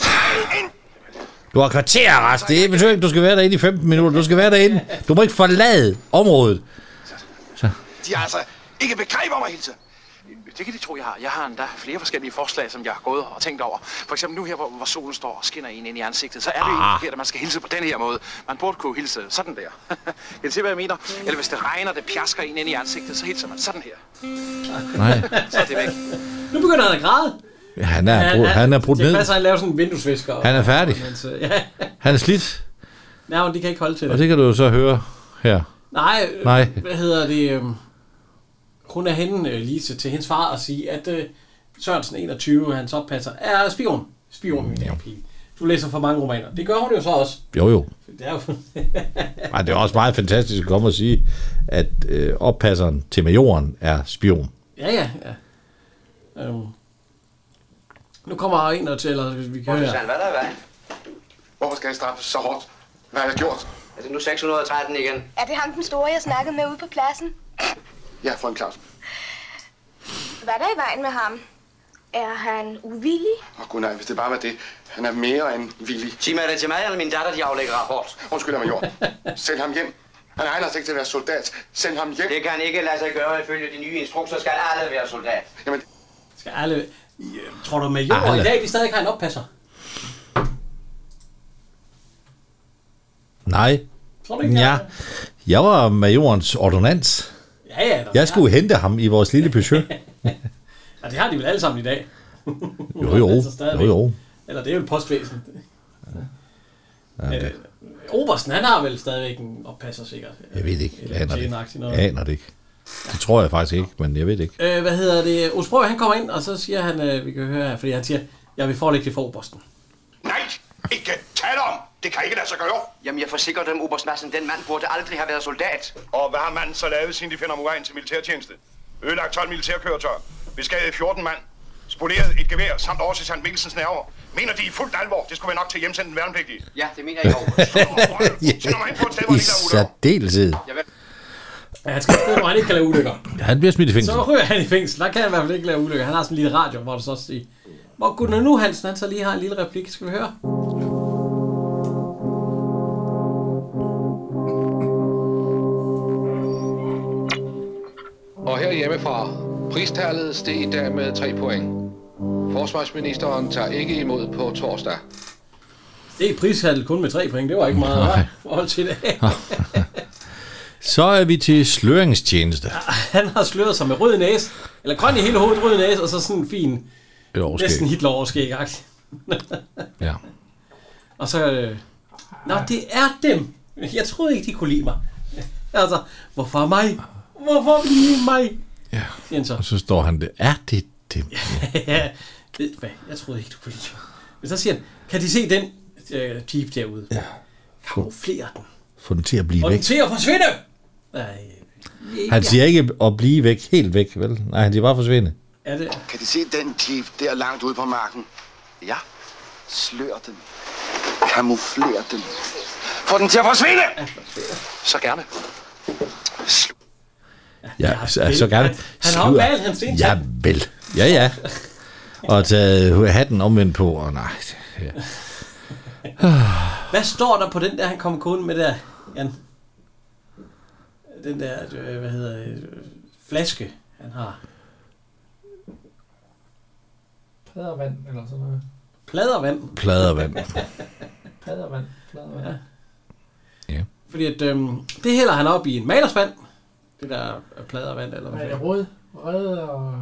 Du har kvarterarrest. Det betyder ikke, du skal være derinde i femten minutter. Du skal være derinde. Du må ikke forlade området.
Så. De har altså ikke begreb om at hilse. Det kan de tro, jeg har. Jeg har endda flere forskellige forslag, som jeg har gået og tænkt over. For eksempel nu her, hvor, hvor solen står og skinner en ind i ansigtet, så er det ah. ikke forkert, at man skal hilse på den her måde. Man burde kunne hilse sådan der. Kan du se, hvad jeg mener? Eller hvis det regner, det pjasker en ind i ansigtet, så hilser man sådan her.
Nej.
Så er det væk.
Nu begynder han at græde.
Ja, han er brudt, han er brudt ned.
Det passer, at han laver sådan en vinduesvisker.
Han er færdig.
Og, ja.
Han er slidt.
Nej, men de kan ikke holde til det.
Og det kan du jo så høre her.
Nej,
Nej.
hvad hedder det? Øh, hun er henne, øh, Lise, til hendes far og sige, at øh, Sørensen enogtyve, hans oppasser, er spion. Spion, min damer pige. Du læser for mange romaner. Det gør hun jo så også.
Jo, jo.
Det er jo...
Ej, det er også meget fantastisk at komme og sige, at øh, oppasseren til majoren er spion.
Ja, ja, ja. Um, nu kommer en og til, eller vi kan høre.
Hvad der er vej?
Hvorfor skal jeg straffes så hårdt? Hvad har jeg gjort?
Er det nu seks hundrede og tretten igen?
Er det ham den store, jeg snakkede med ude på pladsen?
Ja, frøken Clausen.
Hvad er der i vejen med ham? Er han uvillig?
Åh oh, gud nej, hvis det bare var det. Han er mere end villig.
Sig mig, er det til mig eller min datter, de aflægger rapport?
Undskyld, major. Send ham hjem. Han egner sig ikke til at være soldat. Send ham hjem.
Det kan ikke lade sig gøre. Ifølge de nye instrukser skal alle være soldat.
Jamen...
Skal alle... Tror du, major i dag, de stadig har en oppasser?
Nej.
Tror du ikke,
ja. Jeg var majorens ordonnans.
Ja, ja.
Jeg skulle hente ham i vores lille Peugeot.
Ja, det har de vel alle sammen i dag.
Jo, jo. jo, jo.
Eller det er jo et postvæsen.
Ja, det.
Øh, Obersten, han har vel stadigvæk en oppasser, sikkert.
Jeg ved ikke. Jeg aner det ikke.
Jeg
aner det ikke. Det tror jeg faktisk ikke, men jeg ved det ikke.
Øh, hvad hedder det? Osbro, han kommer ind, og så siger han, øh, vi kan høre her, fordi han siger, jeg vil forelægge det for Obersten.
Nej, ikke tale om. Det kan ikke lade sig gøre.
Jamen, jeg forsikrer dem, Oberst Madsen, den mand burde aldrig have været soldat.
Og hvad har manden så lavet, siden de finder ham uegnet til militærtjeneste? Ødelagt tolv militærkøretøjer, beskadiget fjorten mand, spoleret et gevær samt overset Sankt Mikkelsens nerver. Mener de i fuldt alvor, det skulle være nok til at hjemsende den værnepligtige?
Ja, det mener jeg ikke.
Sender mig ind på et sted, hvor
I særdeleshed.
Ja, han skal stede, hvor han ikke kan lave ulykker.
Ja, han bliver smidt i fængsel.
Så ryger han i fængsel. Der kan han i hvert fald ikke lave ulykker. Han har sådan en lille radio, hvor der så siger, hvor Gunnar nu Hansen, han så lige har en lille replik. Skal vi høre?
hjemmefra. Pristallet steg i dag med tre point. Forsvarsministeren tager ikke imod på torsdag.
Det er pristallet kun med tre point. Det var ikke meget
Nej.
forhold til det.
Så er vi til sløringstjeneste.
Han har sløret sig med rød næse. Eller grøn i hele hovedet, rød næse, og så sådan en fin,
Et overskæg.
næsten Hitler-overskæg.
Ja.
Og så... Øh, Nå, det er dem. Jeg troede ikke, de kunne lide mig. Altså, hvorfor mig? Hvorfor lige mig?
Ja.
Siger han så.
Og så står han der. Er det dem?
Ja, ved du hvad? Jeg troede ikke, du kunne lide mig. Men så siger han, kan de se den øh, jeep derude?
Ja.
Kamuflere den.
Få den til at blive
Og
væk.
den til at forsvinde! Nej,
Han siger ikke at blive væk, helt væk, vel? Nej, han siger bare forsvinde.
Er det?
Kan de se den jeep der langt ude på marken? Ja. Slør den. Kamufler den. Få den til at forsvinde!
Så gerne.
Ja, så, så gerne.
Han, han har jo valgt hans sten.
Ja, vel. Ja, ja. Og tage hatten omvendt på, og nej. Ja.
Hvad står der på den der, han kommer kun med der, Jan? Den der, øh, hvad hedder det, flaske, han har.
Pladervand, eller sådan noget.
Pladervand.
Pladervand.
Pladervand, pladervand.
Ja.
Ja.
Fordi at, øhm, det hælder han op i en malerspand. Det der pladervand, eller hvad
Nej,
det er.
rød, rød og...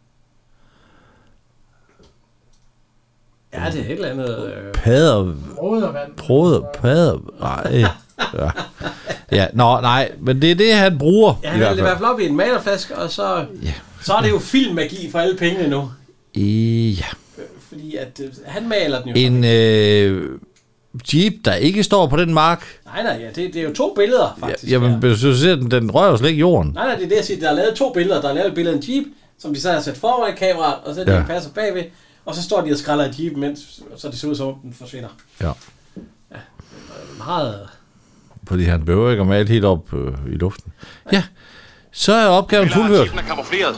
Ja, det er et eller andet... Øh...
Pader...
Brodervand.
Broder... Pader... Nej. Ja. Ja, nå, nej. Men det er det, han bruger.
Ja, han hælder det i hvert fald op i en malerflaske, og så,
ja.
så er det jo filmmagi for alle pengene nu.
Ja.
Fordi at øh, han maler den jo.
En øh, jeep, der ikke står på den mark.
Nej, nej, ja, det, det er jo to billeder, faktisk.
Ja, jamen, hvis du ser den, den rører jo slet ikke jorden.
Nej, nej, det er det, jeg siger. Der er lavet to billeder. Der er lavet et billede af en jeep, som de så har sat foran kameraet, og så er det,
Ja.
ja. passer bagved. Og så står de og skræller i jeepen, mens så det ser ud som om den forsvinder.
Ja.
Ja, det er meget...
Fordi han behøver ikke at male helt op øh, i luften. Ja, så er opgaven fuldført.
Jeepen er kamufleret.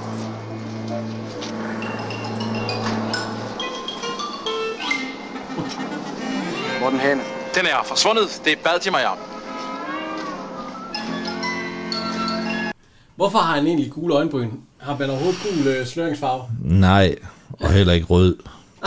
Hvor er den henne?
Den er forsvundet. Det bad de mig om.
Hvorfor har han egentlig gule øjenbryn? Har man overhovedet gul øh, sløringsfarve?
Nej, og heller ikke rød.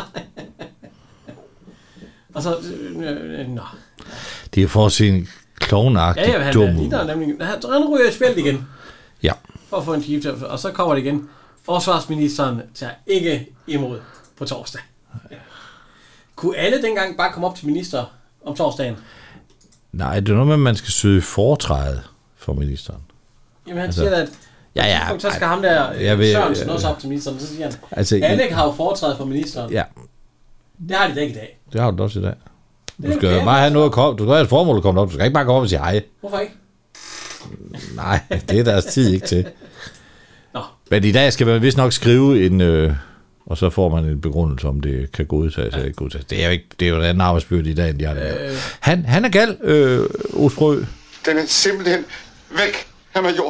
Og så... Øh, øh, nå.
Det er for at se en klovnagtig
Ja, ja, han
dum
er
ud.
lige der nemlig... Han, han ryger i spjældet igen.
Ja.
For at få en jeep til, og så kommer det igen. Forsvarsministeren tager ikke imod på torsdag. Ja. Kunne alle dengang bare komme op til minister om torsdagen?
Nej, det er noget med, at man skal søge foretræde for ministeren.
Jamen han
Altså,
siger, at
ja, ja,
så skal ham der
jeg vil-
Sørensen også op til ministeren. Så siger han,
Altså,
alle har jo foretræde for ministeren.
Ja,
Det har de da ikke i dag.
det har du også i dag.
Det
Du
er
skal
ikke
jo bare have noget at komme. Du skal have et formål at komme op. Du skal ikke bare komme op og sige hej.
Hvorfor ikke?
Nej, det er deres tid ikke til.
Nå.
Men i dag skal man vist nok skrive en... Øh, og så får man en begrundelse, om det kan godtages eller ikke godtages. Det er jo, ikke, det er jo en anden arbejdsbyrde i dag, end de har øh. han, han er gal, øh, Osbrø.
Den er simpelthen væk, herr major.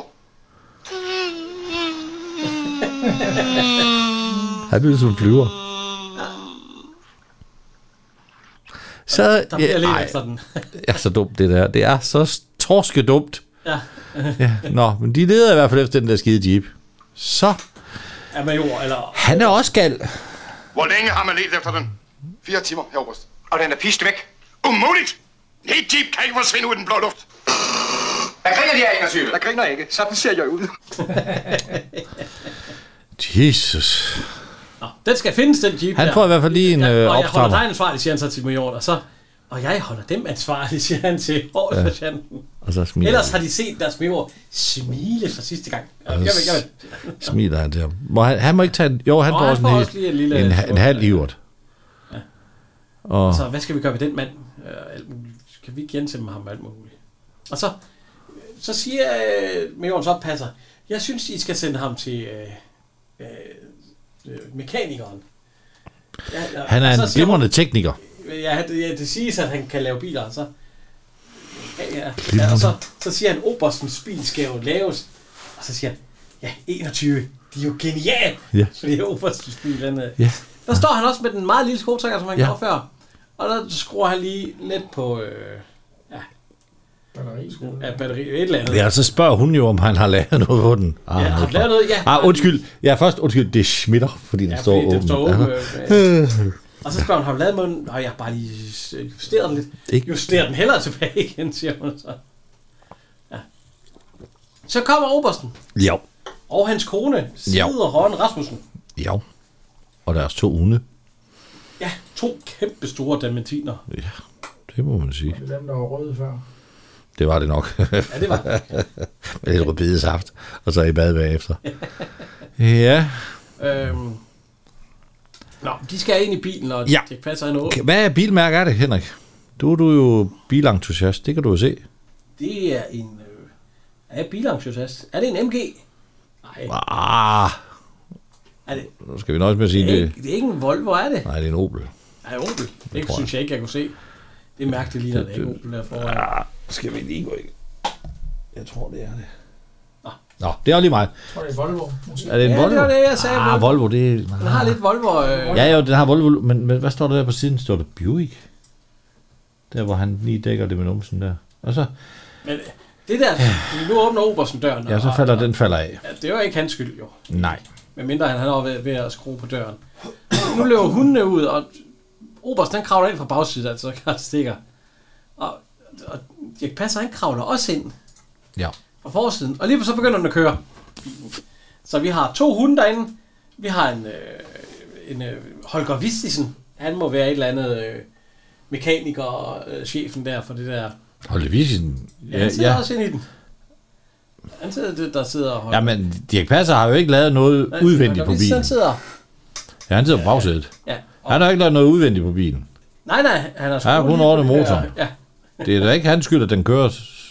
Han er som flyver. Så,
Der bliver
ja,
lidt
ej,
efter den.
det er så dumt, det der. Det er så torske dumt.
Ja.
Ja, nå, men de leder i hvert fald efter den der skide jeep. Så,
Er major, eller...
han er også gal.
Hvor længe har man let efter den?
Fire timer, herr Oberst.
Og den er pist væk. Umuligt! En helt jeep kan ikke forsvinde ud i den blå luft.
Hvad griner de her, enogtyve? Der griner ikke. Sådan ser jeg ud.
Jesus.
Nå, den skal findes, den jeep
Han
der.
får i hvert fald lige en
Ja,
øh,
og jeg holder
opstrammer.
dig ansvarlig, siger han så til majoren, og så... Og jeg holder dem ansvarlig, siger han til oversergeanten.
Og så smiler
Ellers har de set deres major smile for sidste gang. Ja, jeg vil, jeg vil.
Smiler han til ham. Må han, han må ikke tage en... Jo, han
Nå,
får
han
også
får
en,
også lige en lille-
en, en halv ivert.
Ja.
Og
Så hvad skal vi gøre ved den mand? Øh, alt muligt. Kan vi ikke gensætte ham alt muligt? Og så, så siger øh, majorens oppasser, jeg synes, I skal sende ham til øh, øh, øh, mekanikeren. Ja, ja,
han er
og så
en
siger
glimrende tekniker.
Ja, det, ja, det siges, at han kan lave biler, så... Ja, ja. ja og så, så siger han, Oberstens bil skal jo laves. Og så siger han, ja, enogtyve, de er jo genial!
Ja.
Fordi Oberstens bil, den, øh.
Ja.
Der står han også med den meget lille skruetrækker, som han
Ja.
gjorde før. Og der skruer han lige lidt på... Øh, ja. Ja, batteri, et eller andet.
Ja, så spørger hun jo, om han har lavet noget på den. Ah,
Ja, har du lavet noget? Ja.
Ah, undskyld. Ja, først undskyld. Det smitter, fordi den
Ja,
står
fordi den
åben.
står åben, øh, Og så spørger hun, har du lavet måden? Nej, jeg har bare lige justeret den lidt.
Ikke?
Justerer den hellere tilbage igen, siger hun så. Ja. Så kommer obersten.
Ja.
Og hans kone, Side Rønne Rasmussen.
Ja. Og deres to hunde.
Ja, to kæmpe store dalmatiner.
Ja, det må man sige.
Det er dem, der var røde før.
Det var det nok.
Ja, det var det.
Med lidt rødbedesaft, og så i bad bagefter. Ja.
Øhm. Nå, de skal ind i bilen, og
Ja.
det passer ind over.
Hvad er bilmærke er det, Henrik? Du, du er jo bilentusiast, det kan du jo se.
Det er en... Øh, er jeg bilentusiast? Er det en M G? Nej.
Ah,
Er det,
nu skal vi nøjes med at sige
det, er
det.
ikke, det er ikke en Volvo, er det?
Nej, det er en Opel.
Nej, Opel. Det
tror
synes jeg ikke, jeg kunne se. Det mærkte lige, når det er ikke Opel der foran.
Ja, skal vi lige gå i. Jeg tror, det er det. Nå, det er jo lige mig.
Jeg tror, det er Volvo. Måske.
Er det en
Ja,
Volvo?
det var det, jeg sagde.
Ah, Volvo, det er...
Den har lidt Volvo. Øh.
Ja, jo, den har Volvo, men, men hvad står der der på siden? Står der Buick? Der, hvor han lige dækker det med numsen der. Og så...
Men det der, nu åbner Obersen døren.
Ja, så falder den falder af.
Ja, det var ikke hans skyld, jo.
Nej.
Men mindre han, han var ved, ved at skrue på døren. Nu løber hundene ud, og Obersten, han kravler ind fra bagsiden, altså Karl Stikker. Og, og Dirch Passer, han kravler også ind
Ja.
fra forsiden. Og lige så begynder den at køre. Så vi har to hunde derinde. Vi har en, øh, en øh, Holger Vistisen. Han må være et eller andet øh, mekaniker, øh, chefen der for det der.
Holger Vistisen?
Ja, han sidder ja. også inde i den. Han sidder, der sidder og holder.
Ja, men Dirch Passer har jo ikke lavet noget
Nej,
udvendigt på
Holger Vistisen,
bilen.
Han sidder.
Ja, han sidder på bagsædet.
Ja.
Han har ikke lavet noget udvendigt på bilen.
Nej, nej, han har
Han har kun ordnet motoren.
Ja.
Det er da ikke hans skyld, at den kører.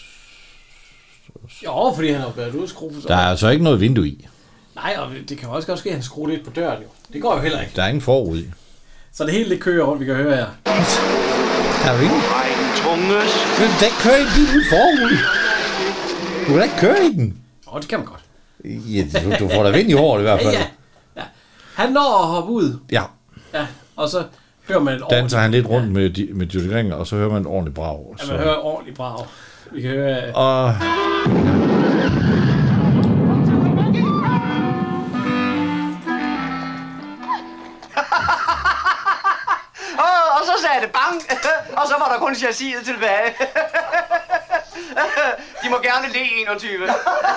Jo, fordi han har været ude og skrue.
Der er altså ikke noget vindue i.
Nej, og det kan jo også godt ske, at han skruer lidt på døren jo. Det går jo heller ikke.
Der er ingen forud i.
Så det hele det kører rundt, vi kan høre her.
Der er jo ingen.
Tunges.
Du kan da ikke køre i en bil uden forud. Du kan da ikke køre i den.
Åh, det kan man godt.
Ja, du, du får da vind i håret i hvert fald.
Ja, ja. ja. Han når at hoppe ud.
Ja.
Ja, og så hører man et
Danser han lidt rundt med, de, med Jytte Gringer, og så hører man et ordentligt brag.
Ja,
Så.
man hører ordentligt brag. Vi kan høre...
Og...
Og, og så sagde det bang, og så var der kun chassiset tilbage. De må gerne le enogtyve.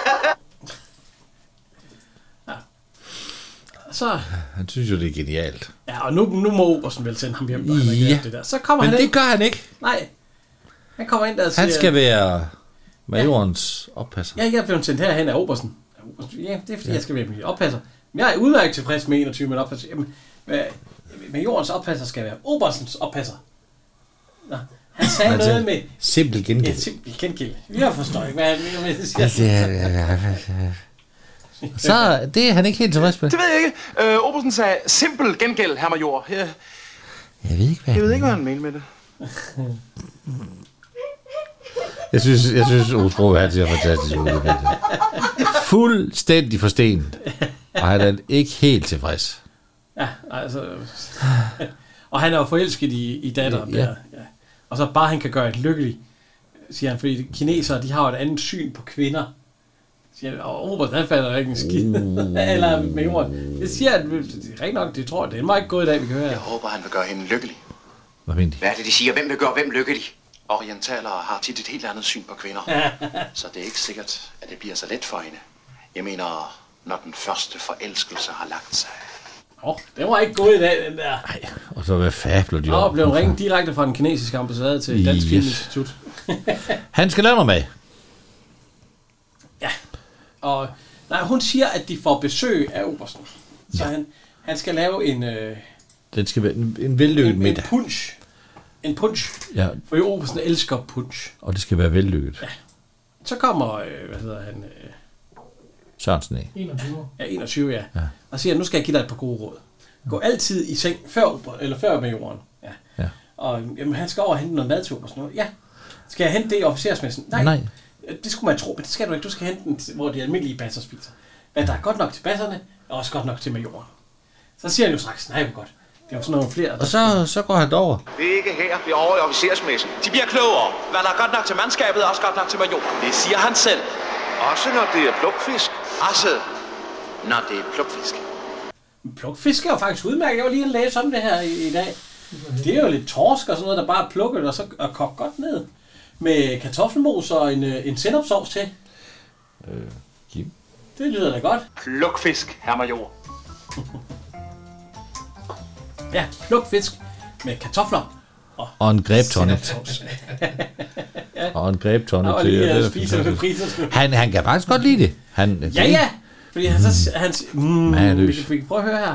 Så...
Han synes jo, det er genialt.
Ja, og nu, nu må Obersen vel sende ham hjem, når han har
Ja.
gjort det der. Så kommer
Men
han
det
ind.
gør han ikke.
Nej. Han kommer ind der og siger...
Han skal være majorens oppasser.
Ja, jeg er blevet sendt herhen af Obersen. Ja, det er fordi, ja. jeg skal være min oppasser. Men jeg er udmærket tilfreds med enogtyve, men oppasser. Jamen, majorens oppasser skal være Obersens oppasser. Nå, han sagde
Altså,
noget med...
Simpel gengæld.
Ja, simpel gengæld. Jeg forstår ikke, hvad han mener med det.
Altså, ja, ja, ja. Så det er han ikke helt tilfreds med.
Det ved jeg ikke. Øh, Obersen sagde simpel gengæld, herr major. Jeg,
Jeg ved ikke, hvad
jeg ved ikke, hvad han mener med det.
Jeg synes, jeg synes ordsproget han ser fantastisk ud. Fuldstændig forstenet. Og han er ikke helt tilfreds.
Ja, altså... og han er jo forelsket i, i datteren
Ja.
der. Ja. Og så bare han kan gøre et lykkeligt, siger han, fordi kinesere, de har jo et andet syn på kvinder. Siger han, og Oberst, han falder ikke en skid. Eller med jorden. Det siger han, det er rigtig nok, det tror jeg, det er meget ikke gået i dag, vi kan høre.
Jeg håber, han vil gøre hende lykkelig.
Hvad mener de?
Hvad er det, de siger? Hvem vil gøre hvem lykkelig?
Orientalere har tit et helt andet syn på kvinder. Så det er ikke sikkert, at det bliver så let for hende. Jeg mener, når den første forelskelse har lagt sig.
Åh, oh, det var ikke gået i dag, den der.
Nej, og så hvad fabler de
Nå,
om?
blev ringet direkte fra den kinesiske ambassade til Dansk
Yes.
Filminstitut.
Han skal lave noget med.
Ja, og nej, hun siger, at de får besøg af Obersten. Så ja. han, han skal lave en... Øh,
Den skal være en, en vellykket
en, en
middag.
punch. En punch.
Ja.
For jo, Obersten elsker punch.
Og det skal være vellykket.
Ja. Så kommer, øh, hvad hedder han? Øh,
Sørensen af.
enogtyve.
ja, enogtyve, ja.
Ja.
Og siger, nu skal jeg give dig et par gode råd. Gå altid i seng før, Ober, eller før majoren. Ja.
Ja.
Og jamen, han skal over og hente noget mad til Obersten. Ja. Skal jeg hente det i officersmessen? Nej.
Nej.
Det skulle man tro, men det skal du ikke. Du skal hente den, til- hvor de almindelige basser spiser. Men der er godt nok til basserne, og også godt nok til majoren. Så siger han jo straks, nej, hvor godt. Det er jo sådan nogle flere.
Og så, så går han derover.
Det er ikke her, vi er over i officersmessen. De bliver klogere. Hvad der er godt nok til mandskabet, er også godt nok til major. Det siger han selv.
Også når det er plukfisk.
Også når det er plukfisk.
Plukfisk er jo faktisk udmærket. Jeg var lige at læse om det her i, i dag. Det er jo lidt torsk og sådan noget, der bare er plukket og så og kogt godt ned. Med kartoffelmos og en, en sennepsovs til.
Øh, Kim.
Det lyder da godt.
Plukfisk, herr major.
Ja, plukfisk med kartofler. Og,
og en grebtonic.
Ja.
Og en grebtonic.
Og lige at spise med priser.
Han, han kan faktisk godt lide det. Han,
ja, ja. Fordi han så... Han, mm, vi, kan, vi kan prøve at høre her.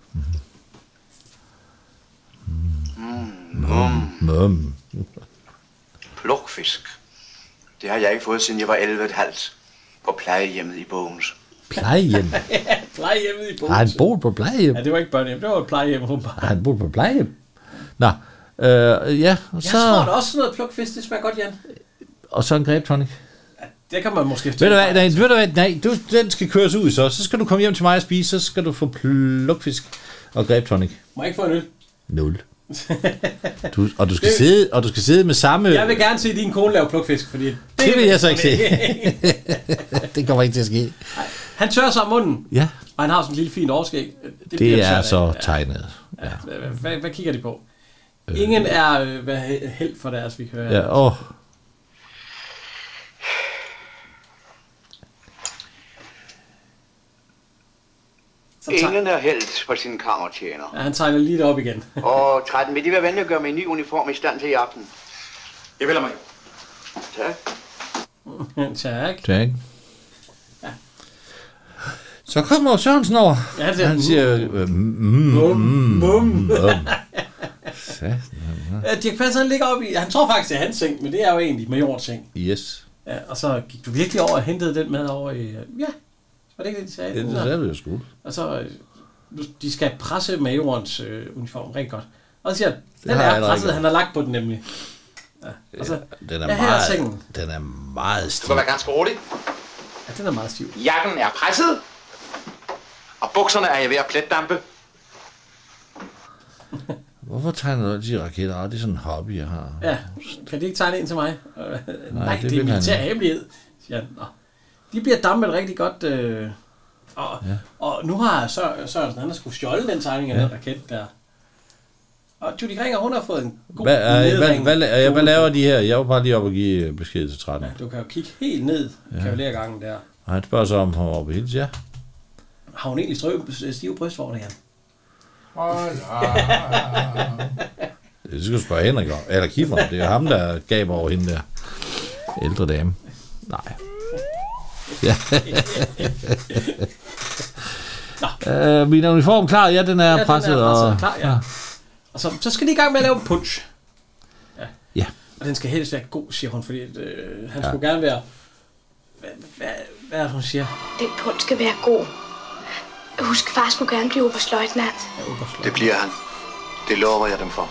Mm. Mm.
Plukfisk. Det har jeg ikke fået, siden jeg var elleve og et halvt. På plejehjemmet i Bogens.
Plejehjem?
Ja, plejehjemmet i Bogens.
Har han boet på plejehjem?
Ja, det var ikke børnehjem, det var et plejehjem.
Har han boet på plejehjem? Nå, øh, ja, og så...
Jeg tror, der også sådan noget plukfisk, det smager godt, Jan.
Og så en grebtonic.
Ja, det kan man måske...
Ved du hvad, nej, ved du hvad, nej, du, den skal køres ud så. Så skal du komme hjem til mig og spise, så skal du få plukfisk og grebtonic.
Må jeg ikke få en øl?
Nul. Du, og, du skal det, sidde, og du skal sidde med samme...
Jeg vil gerne se din kone lave plukfisk, fordi... Det,
det vil jeg så ikke se. Det kommer ikke til at ske.
Nej, han tørrer sig om munden,
ja.
Og han har sådan en lille fint overskæg.
Det, det er så af. tegnet.
Ja. Ja. Hvad, hvad, hvad kigger de på? Øh. Ingen er hvad, held for deres, vi hører.
Ja, åh.
Ingen er held for sin kammertjener.
Ja, han tegner lige op igen.
Og tretten, vil de være venlige at gøre med en ny uniform i stand til i aften?
Jeg vil have mig.
Tak.
tak.
Tak. Ja. Så kommer Sørensen over.
Ja, det er,
han siger... Øh, mm,
mum, mum.
Mm,
ja, Dirch Passer, han ligger oppe i... Han tror faktisk, det er hans seng, men det er jo egentlig majorens seng.
Yes.
Ja, og så gik du virkelig over og hentede den med over i... Ja, var det ikke det, de sagde?
Ja, det sagde vi jo sgu.
Og så... De skal presse majorens øh, uniform rigtig godt. Og så siger han, den er presset, han har lagt på den nemlig. Ja, og så,
den er
ja,
meget, den er meget stiv.
Du skal være ganske rolig.
Ja, den er meget stiv.
Jakken er presset, og bukserne er jeg ved at pletdampe.
Hvorfor tegner du de raketter? Det er sådan en hobby, jeg har.
Ja, kan de ikke tegne en til mig? Nej, Nej det, det er militær hemmelighed, siger han. Nå. De bliver dampet rigtig godt, øh, og, ja. og nu har Sør- Sørensen, han har skulle stjåle den tegning af ja. den raket der. Og Judy Kringer, hun har fået en god
hvad, øh, hvad, hvad, hvad, hvad laver de her? Jeg var bare lige op og give besked til tretten.
Ja, du kan jo kigge helt ned i ja. kavalergangen der.
Og han spørger så, om hun var oppe helt, ja.
Har hun egentlig strø, stive brystvorter, Jan?
Det skal du spørge Henrik om. Eller Kiffer. Det er ham, der gav over hende der ældre dame. Nej. Ja. øh, min uniform klar, ja, den er ja, presset. Den er presset, og,
klar, ja. ja. Og så, så skal de i gang med at lave en punch. Ja.
ja.
Og den skal helst være god, siger hun, fordi øh, han ja. skulle gerne være... Hvad, hvad, hvad er det, hun siger?
Den punch skal være god. Husk, far skulle gerne blive oberstløjtnant.
Ja, oberstløjtnant.
Det bliver han. Det lover jeg dem for.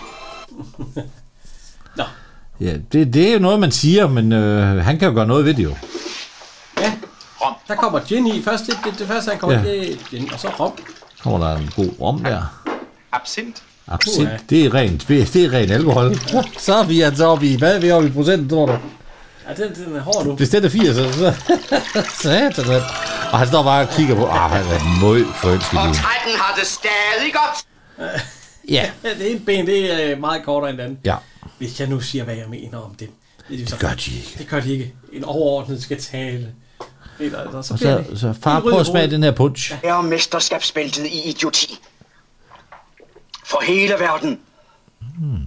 Nå.
Ja, det, det er jo noget, man siger, men øh, han kan jo gøre noget ved det jo.
Ja, rom. Der kommer gin i. Først det, det, det første, han kommer, ja. det er gin, og så rom.
Kommer der en god rom der.
Absint.
Absint, uh, det er rent, det er rent alkohol. Så er vi altså oppe i, hvad er vi oppe i procent, tror du?
Ja, den, den er hård nu.
Hvis den er firs, så... så satan, det. Og han står bare og kigger på, ah, han er møg forelsket i.
Og tretten har det stadig godt.
Ja. Det ene ben, det er meget kortere end den anden.
Ja.
Hvis jeg nu siger, hvad jeg mener om det.
Det, det gør de ikke.
Det gør de ikke. En overordnet skal tale. Eller, så,
så, så, så far, prøv at smage den her punch.
Det er mesterskabsbæltet i idioti. For hele verden.
Hmm.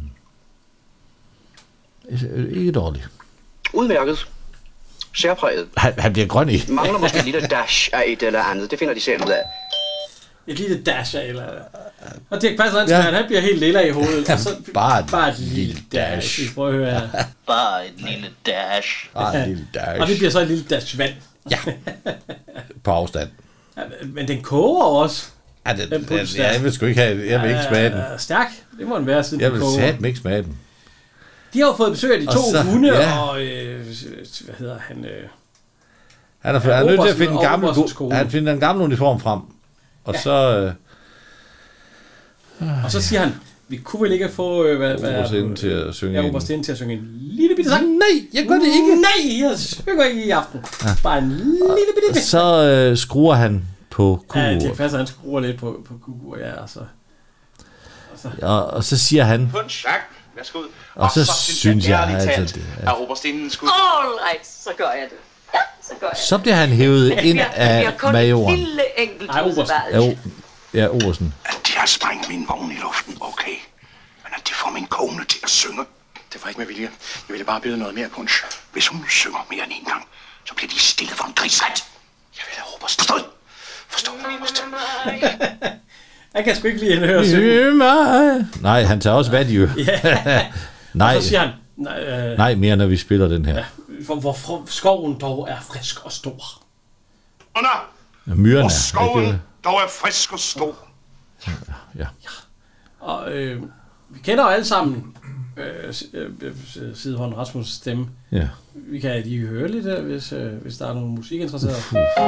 Ikke dårligt.
Udmærket. Særpræget.
Han, han bliver grøn i.
Mangler måske et lille dash af et eller andet. Det finder de selv ud af.
Et lille dash af eller andet. Og Dirch Passer, han, ja. han bliver helt lilla i hovedet. Og så,
bare, et
bare et lille dash. dash. Prøv at høre her.
Bare et lille dash.
Bare et lille dash.
Og det bliver så et lille dash vand.
Ja. På afstand.
Ja, men den koger også.
Ja, den, den, den, ja, jeg vil sgu ikke have, jeg vil ikke smage den.
Stærk, det må den være, siden
jeg
den
koger. Jeg vil satme ikke smage den.
De har jo fået besøg af de to
så,
hunde,
ja.
og øh, hvad hedder han? Øh,
han er, han er nødt til at finde en gammel, han finder en gammel uniform frem, og ja. så, øh,
Og så siger han, vi kunne vel ikke få... Øh, hvad,
Oberstinden til at synge
ja, Oberstinden til at synge en lille bitte sang.
Nej, jeg gør det ikke.
Nej, jeg synger ikke i aften. Ja. Bare en lille bitte bitte.
Så øh, skruer han på kugur.
Ja, det passer, han skruer lidt på, på kugur, ja, og så... Og så,
og, og så siger han...
Punch. Tak. Værsgo.
Og, og så, så synes jeg, jeg altså... Det,
ja. Er Oberstinden skud?
All right, så gør jeg det. Ja, så gør jeg
Så bliver han hævet ind af majoren.
Det bliver kun en lille enkelt
Nej, Obersten.
Ja, ja, Obersten.
At de har sprængt min vogn i luften, okay. Men at de får min kone til at synge.
Det var ikke med vilje. Jeg ville bare byde noget mere punch.
Hvis hun synger mere end en gang, så bliver de stille for en grisret.
Jeg vil have Obersten. Forstået? Forstået, Obersten.
Jeg kan sgu ikke lide at høre synge.
Nej, han tager også vat i ø. Nej.
Og så siger han... Nej, øh,
nej, mere når vi spiller den her.
Ja, hvor, hvor skoven dog er frisk og stor.
Under!
Ja, myrerne
hvor skoven dog er frisk og stor.
Ja, ja.
ja. Og øh, vi kender jo alle sammen øh, øh, Sidehånd Rasmus' stemme.
Ja.
Vi kan lige høre lidt, øh, hvis, øh, hvis der er nogle musikinteresserede.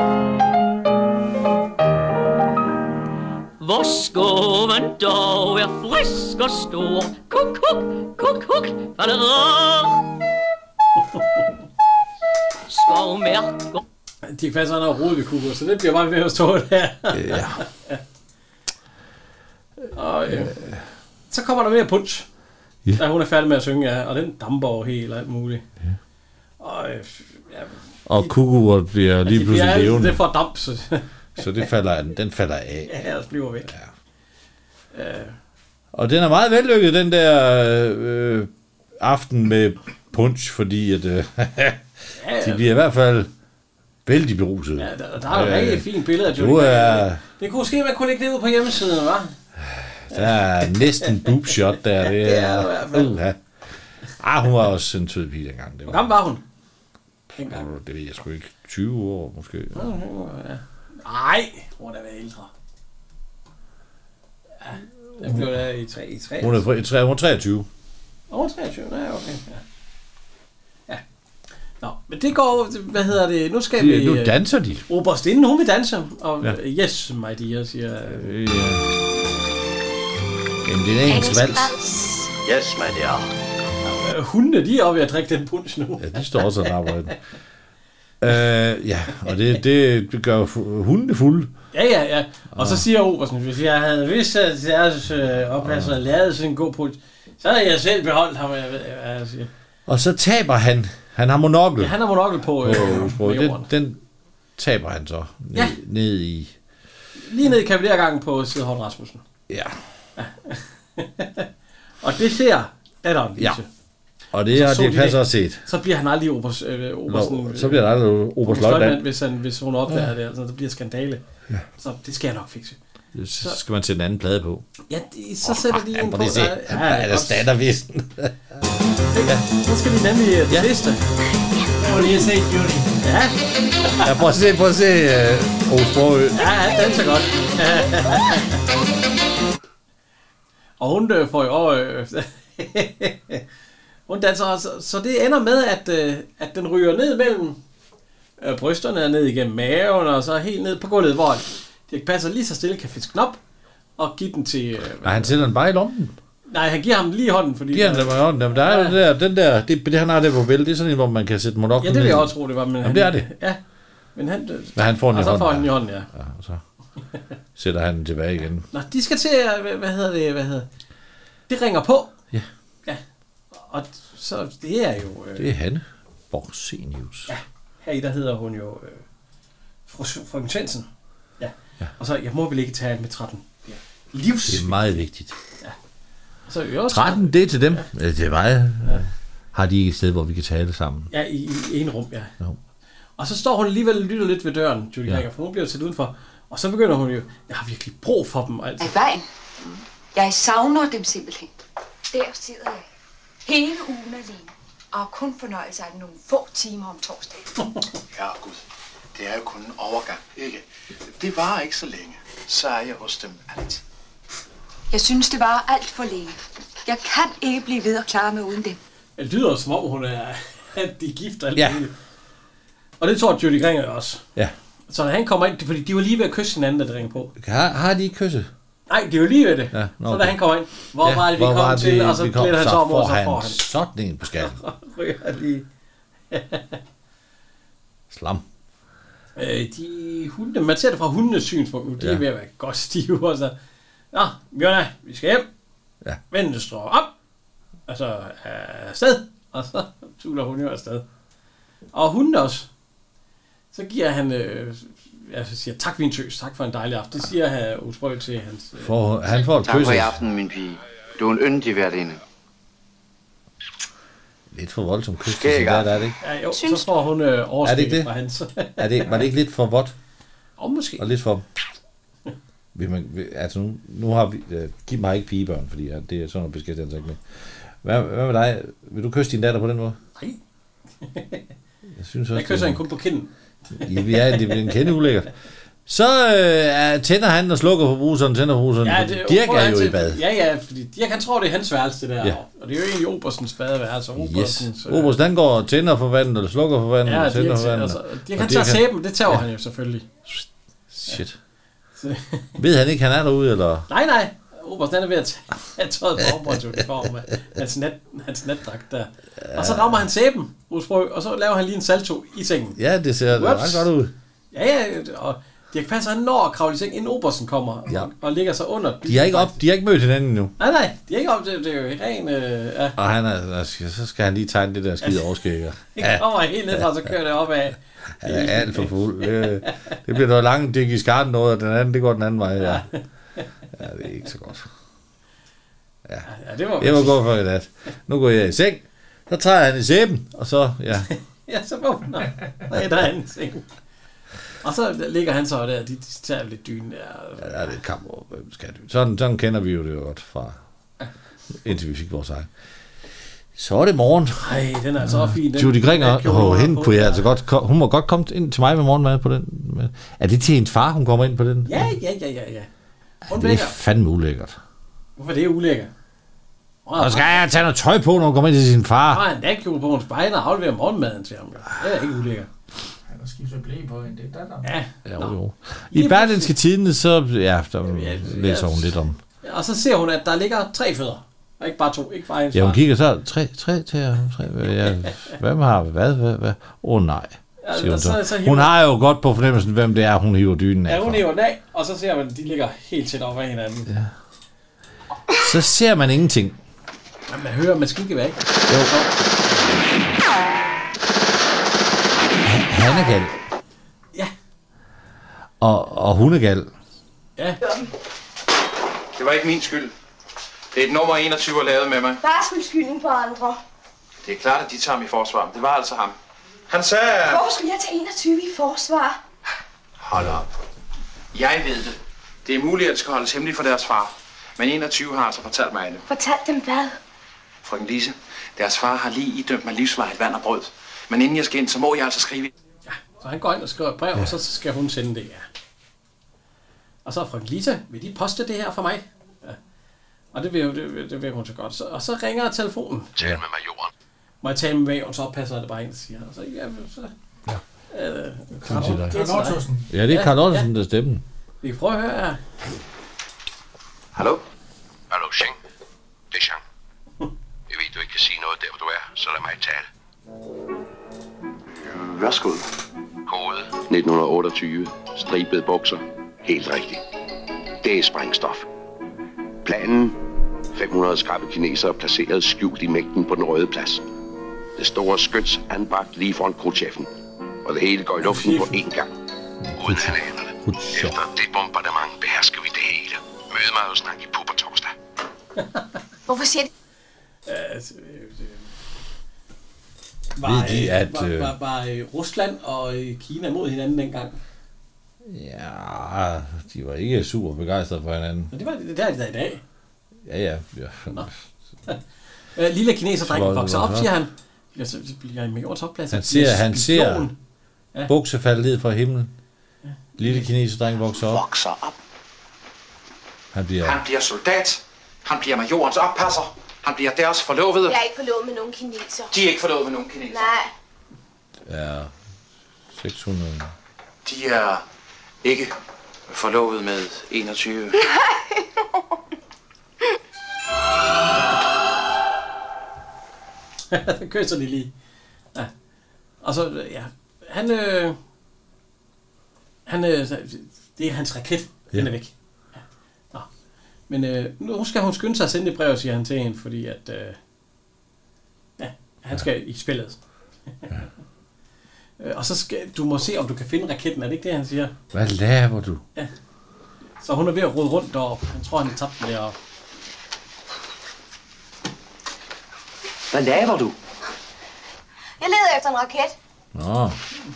Hvor skoven dog er frisk og stor. Kuk, kuk, kuk, kuk, skovmærker.
De passer han har rodet ved kukker, så det bliver bare ved at stå der.
Ja.
Og øh, så kommer der mere punch, ja. Da hun er færdig med at synge, ja, og den damper over helt og alt muligt. Ja. Og, øh, ja,
og kukuret bliver lige pludselig levende.
Det får damp, så...
Så det falder, den falder af.
Ja, ellers bliver væk. Ja.
Øh. Og den er meget vellykket, den der øh, aften med punch, fordi at, øh, ja, ja. De bliver i hvert fald vældig beruset.
Ja, der, der er jo øh, rigtig fint billede af
Johnny. Er,
det kunne ske, man kunne lægge det ud på hjemmesiden, hva'?
Der er næsten boobshot der. Det er, ja, i hvert fald. Uh, ah, hun var også en sød pige dengang.
Hvor gammel var hun? Dengang.
Det ved jeg sgu ikke. tyve år måske.
Ja. Nej, hun er da været ældre. Ja, den blev der i tre. I tre
hun er, i tre, hun er treogtyve.
Hun er treogtyve, nej, okay. Ja. Ja. Nå, men det går, hvad hedder det, nu skal
de,
vi...
Nu danser de.
Oberstinden, hun vil danse, og
ja.
Yes, my dear, siger...
Øh, ja. Jamen, det er en engelsk vals.
Yes, my dear.
Ja, hundene, de er oppe ved at drikke den punch nu.
Ja, de står også og napper den. Øh, ja, og det, det, det gør hundene fulde.
Ja, ja, ja. Og så siger Obersten, hvis jeg havde vidst, at deres øh, oppasser havde lavet sådan en god punch, så havde jeg selv beholdt ham, jeg ved, hvad jeg siger.
Og så taber han. Han har monokkel.
Ja, han har monokkel på, øh, på,
på den, den taber han så ned, ja. ned i...
Lige ned i kavalergangen på Sidehånd Rasmussen.
Ja.
ja. Og det ser Adam Lise. Ja.
Og det har de passer også set.
Så bliver han aldrig obers, øh, obersten,
Nå, så bliver han aldrig oberstløjtnant,
hvis, han, hvis hun opdager ja. det. Altså, det bliver skandale.
Ja.
Så det skal jeg nok fikse.
Så skal man sætte en anden plade på.
Ja, de, så sætter de oh, en på.
Ja, ja, ja, er der standardvisten?
ja, så skal de nemlig uh, tviste.
Jeg må lige se Judy.
Ja.
Ja, prøv at se, prøv at se uh, Aarhus Sprogø.
Ja, han danser godt. Og hun øh, får jo... Øh, hun danser, så, så det ender med, at, øh, at den ryger ned mellem øh, brysterne og ned igennem maven, og så helt ned på gulvet, hvor det passer lige så stille, kan fiske knop og give den til... Øh,
nej, han sætter den bare i lommen.
Nej, han giver ham lige hånden, fordi...
Giver han den bare i hånden? Jamen, der er ja. jo der, den der, det, det han har der på bæltet, det er sådan en, hvor man kan sætte monoklen.
Ja, det vil jeg også tro, det var. Men
jamen,
han,
det er det.
Ja, men han...
Men han får den i hånden.
Og så får han i hånden, ja.
Ja, og så sætter han den tilbage igen.
Nå, de skal til, hvad, hvad hedder det, hvad hedder det? ringer på.
Ja.
Ja. Og så det er jo... Øh,
det er Hanne Borgsenius.
Ja, heri der hedder hun jo øh, fru Frøken Svendsen. Ja. ja. Og så, jeg må vel ikke tage med tretten. Ja. Livs.
Det er meget vigtigt.
Ja. Og så jo
tretten, det er til dem. Ja. Det er meget. Ja. Har de ikke et sted, hvor vi kan tale sammen?
Ja, i, i en rum, ja.
No.
Og så står hun alligevel og lytter lidt ved døren, Judy Grenger, ja. For hun bliver sat udenfor. Og så begynder hun jo, jeg har virkelig brug for dem. Altså.
Af vejen. Jeg savner dem simpelthen. Der sidder jeg. Hele ugen alene. Og kun fornøjelse af nogle få timer om torsdagen.
Herregud, det er jo kun en overgang, ikke? Det var ikke så længe. Så er jeg hos dem altid.
Jeg synes, det var alt for længe. Jeg kan ikke blive ved at klare mig uden dem.
Det lyder som om, hun er, at de er gift og alt
ja.
muligt. Og det tror Judy Grenger også.
Ja.
Så når han kommer ind, fordi de var lige ved at kysse hinanden, da det ringer på.
Har, har de ikke kysset?
Nej, det er jo lige ved det.
Ja,
no, så da han kommer ind, hvor ja, var det, vi kom til, det, og så glæder han sig om, og så får han
sådan en på skallen.
Ryger lige.
Slam.
Øh, de hunde, man ser det fra hundenes synspunkt, de ja. er ved at være godt stive, og så, nå, Mjørna, vi skal hjem.
Ja.
Vente står op, og så er afsted, og så tuller hun jo afsted. Og hunden også. Så giver han, øh, jeg siger, tak min tøs, tak for en dejlig aften. Det siger han Osprøg til hans... Øh,
for, han får et
tak for i aften, min pige. Du er en yndig værtinde.
Lidt for voldsomt kys, det er det ikke?
Ja, jo, så får hun øh, overskæg fra hans.
er det, var det ikke lidt for vådt?
Og måske.
Og lidt for... Vil man, vil, altså nu, nu har vi... Uh, giv mig ikke pigebørn, fordi ja, det er sådan noget beskæftigelse ikke med. Hvad, hvad med dig? Vil du kysse din datter på den måde?
Nej.
Jeg synes også,
jeg kysser hende kun på kinden.
Ja, det bliver en kende ulækkert. Så øh, tænder han og slukker på bruseren, tænder på bruseren.
Ja, det,
Dirk er jo i bad.
Ja, ja, fordi Dirk han tror, det er hans værelse, det der. Ja. Og det er jo egentlig Oberstens badeværelse.
Yes. Oberst, han går og tænder for vandet, eller slukker for vandet,
ja,
og tænder
Dirk,
for vandet.
Altså, Dirk han tager sæben, det tager ja. han jo selvfølgelig.
Shit. Ja. Ved han ikke, han er derude, eller?
Nej, nej. Oberst, han er ved at tage tøjet på operationsuniform med hans, net, hans natdragt der. Og så rammer han sæben, Osprøg, og så laver han lige en salto i sengen.
Ja, det ser ret godt ud.
Ja, ja, og Dirk Passer, han når at kravle i seng, inden Obersten kommer
ja.
og, og ligger sig under.
De er ikke op, de har ikke mødt hinanden endnu.
Nej, nej, de er ikke op, det, det er jo ren... Øh, ja.
Og han er, så skal han lige tegne det der skide overskægger.
Det kommer helt ned fra, så kører det op af.
Han er alt for fuld. Det, det bliver noget langt Dirk i skarten noget, og den anden, det går den anden vej. Ja, ja det er ikke så godt. Ja,
ja det var
jeg må gå for i nat. Nu går jeg i seng, så tager han i sæben, og så, ja.
ja, så vågner han. Der er han i seng. Og så ligger han så der, de, de tager lidt dyne der.
Ja, det er et kamp over, hvem skal det? Sådan, sådan kender vi jo det jo godt fra, indtil vi fik vores egen. Så er det morgen.
Nej, den er så fin. Den,
Judy Gringer, oh, hende kunne jeg altså godt, hun må godt komme ind til mig med morgenmad på den. Er det til hendes far, hun kommer ind på den?
Ja, ja, ja, ja. ja.
ja det er fandme ulækkert.
Hvorfor det er ulækkert?
Og skal jeg tage noget tøj på, når hun kommer ind til sin far?
Han har en datkjole på, hun spejler og afleverer morgenmaden til ham. Det er ikke ulækkert.
Han har skiftet blæ på hende, det er der.
Ja.
Ja, jo, jo. I Berlingske Tidende, så ja, der ja, læser hun lidt om.
Ja, og så ser hun, at der ligger tre fødder. Og ikke bare to, ikke bare en.
Ja, hun kigger så, tre, tre til tre, ja, hvem har hvad, hvad, hvad? Åh oh, nej, siger hun så. så, så hun har jo godt på fornemmelsen, hvem det er, hun hiver dynen af.
Ja, hun hiver den af, og så ser man, at de ligger helt tæt op ad hinanden.
Ja. Så ser man ingenting.
Jamen, man hører maskingevær, ikke?
Jo. Han er gal.
Ja.
Og, og hun er gal.
Ja.
Det var ikke min skyld. Det er et nummer enogtyve lavet med mig.
Bare skyld skylden på andre.
Det er klart, at de tager mig i forsvar, men det var altså ham. Han sagde...
Hvorfor skulle jeg tage enogtyve i forsvar?
Hold op. Jeg ved det. Det er muligt, at det skal holdes hemmeligt for deres far. Men enogtyve har altså fortalt mig det.
Fortalt dem hvad?
Frøken Lise, deres far har lige idømt mig livsvarigt vand og brød. Men inden jeg skal ind, så må jeg altså skrive...
Ja, så han går ind og skriver et brev, ja. Og så skal hun sende det, ja. Og så er frøken Lise, vil de poste det her for mig? Ja. Og det vil, jo, det, det vil hun så godt. Så, og så ringer telefonen.
Tal med majoren.
Må jeg tale med majoren, så passer det bare ind, siger han. Så, ja, så...
Ja.
Øh,
Karl Ottosen.
Ja, det er Karl Ottosen, der stemmen.
Vi kan prøve at høre her.
Hallo?
Hallo, Schenk. Det er Jean. Jeg ved, du ikke kan sige noget der, hvor du er, så lad mig tale.
Værsgo.
Kode.
nitten otteogtyve. Stribede bukser. Helt rigtigt. Det er sprængstof. Planen. fem hundrede skrappe kinesere placeret skjult i mængden på den røde plads. Det store skyts anbragt lige foran krudschefen. Og det hele går i luften på én gang.
Uden han aner det. Efter det bombardement behersker vi det hele. Mød mig og snak i Puber torsdag.
Hvorfor siger det?
Var,
Ved de, at,
var, var, var, var Rusland og Kina mod hinanden dengang?
Ja, de var ikke super begejstrede for hinanden.
Men det var det der, de der i dag.
Ja, ja.
ja. Lille kineserdreng vokser op, siger han. Så bliver en millions opplads.
Han ser, han ser ja. Bukser falde ned fra himlen. Ja. Lille kineserdreng vokser op.
Vokser op.
Han bliver...
Han bliver soldat. Han bliver majorens oppasser. Han bliver deres forlovede.
Jeg er ikke forlovet med nogen kineser.
De er ikke forlovet med nogen kineser.
Nej.
Ja, seks hundrede.
De er ikke forlovet med enogtyve.
Nej.
Der kysser de lige. Ja. Og så, ja, han, øh, han, øh, det er hans raket, ja. Den er væk. Ja. Nå. Men øh, nu skal hun skynde sig at sende et brev, siger han til hende, fordi at, øh, ja, han skal ja. i spillet. Ja. Og så skal du må se, om du kan finde raketten, er det ikke det, han siger?
Hvad laver du?
Ja. Så hun er ved at rode rundt deroppe. Han tror, han har tabt den deroppe.
Hvad laver du?
Jeg leder efter en raket.
Nå.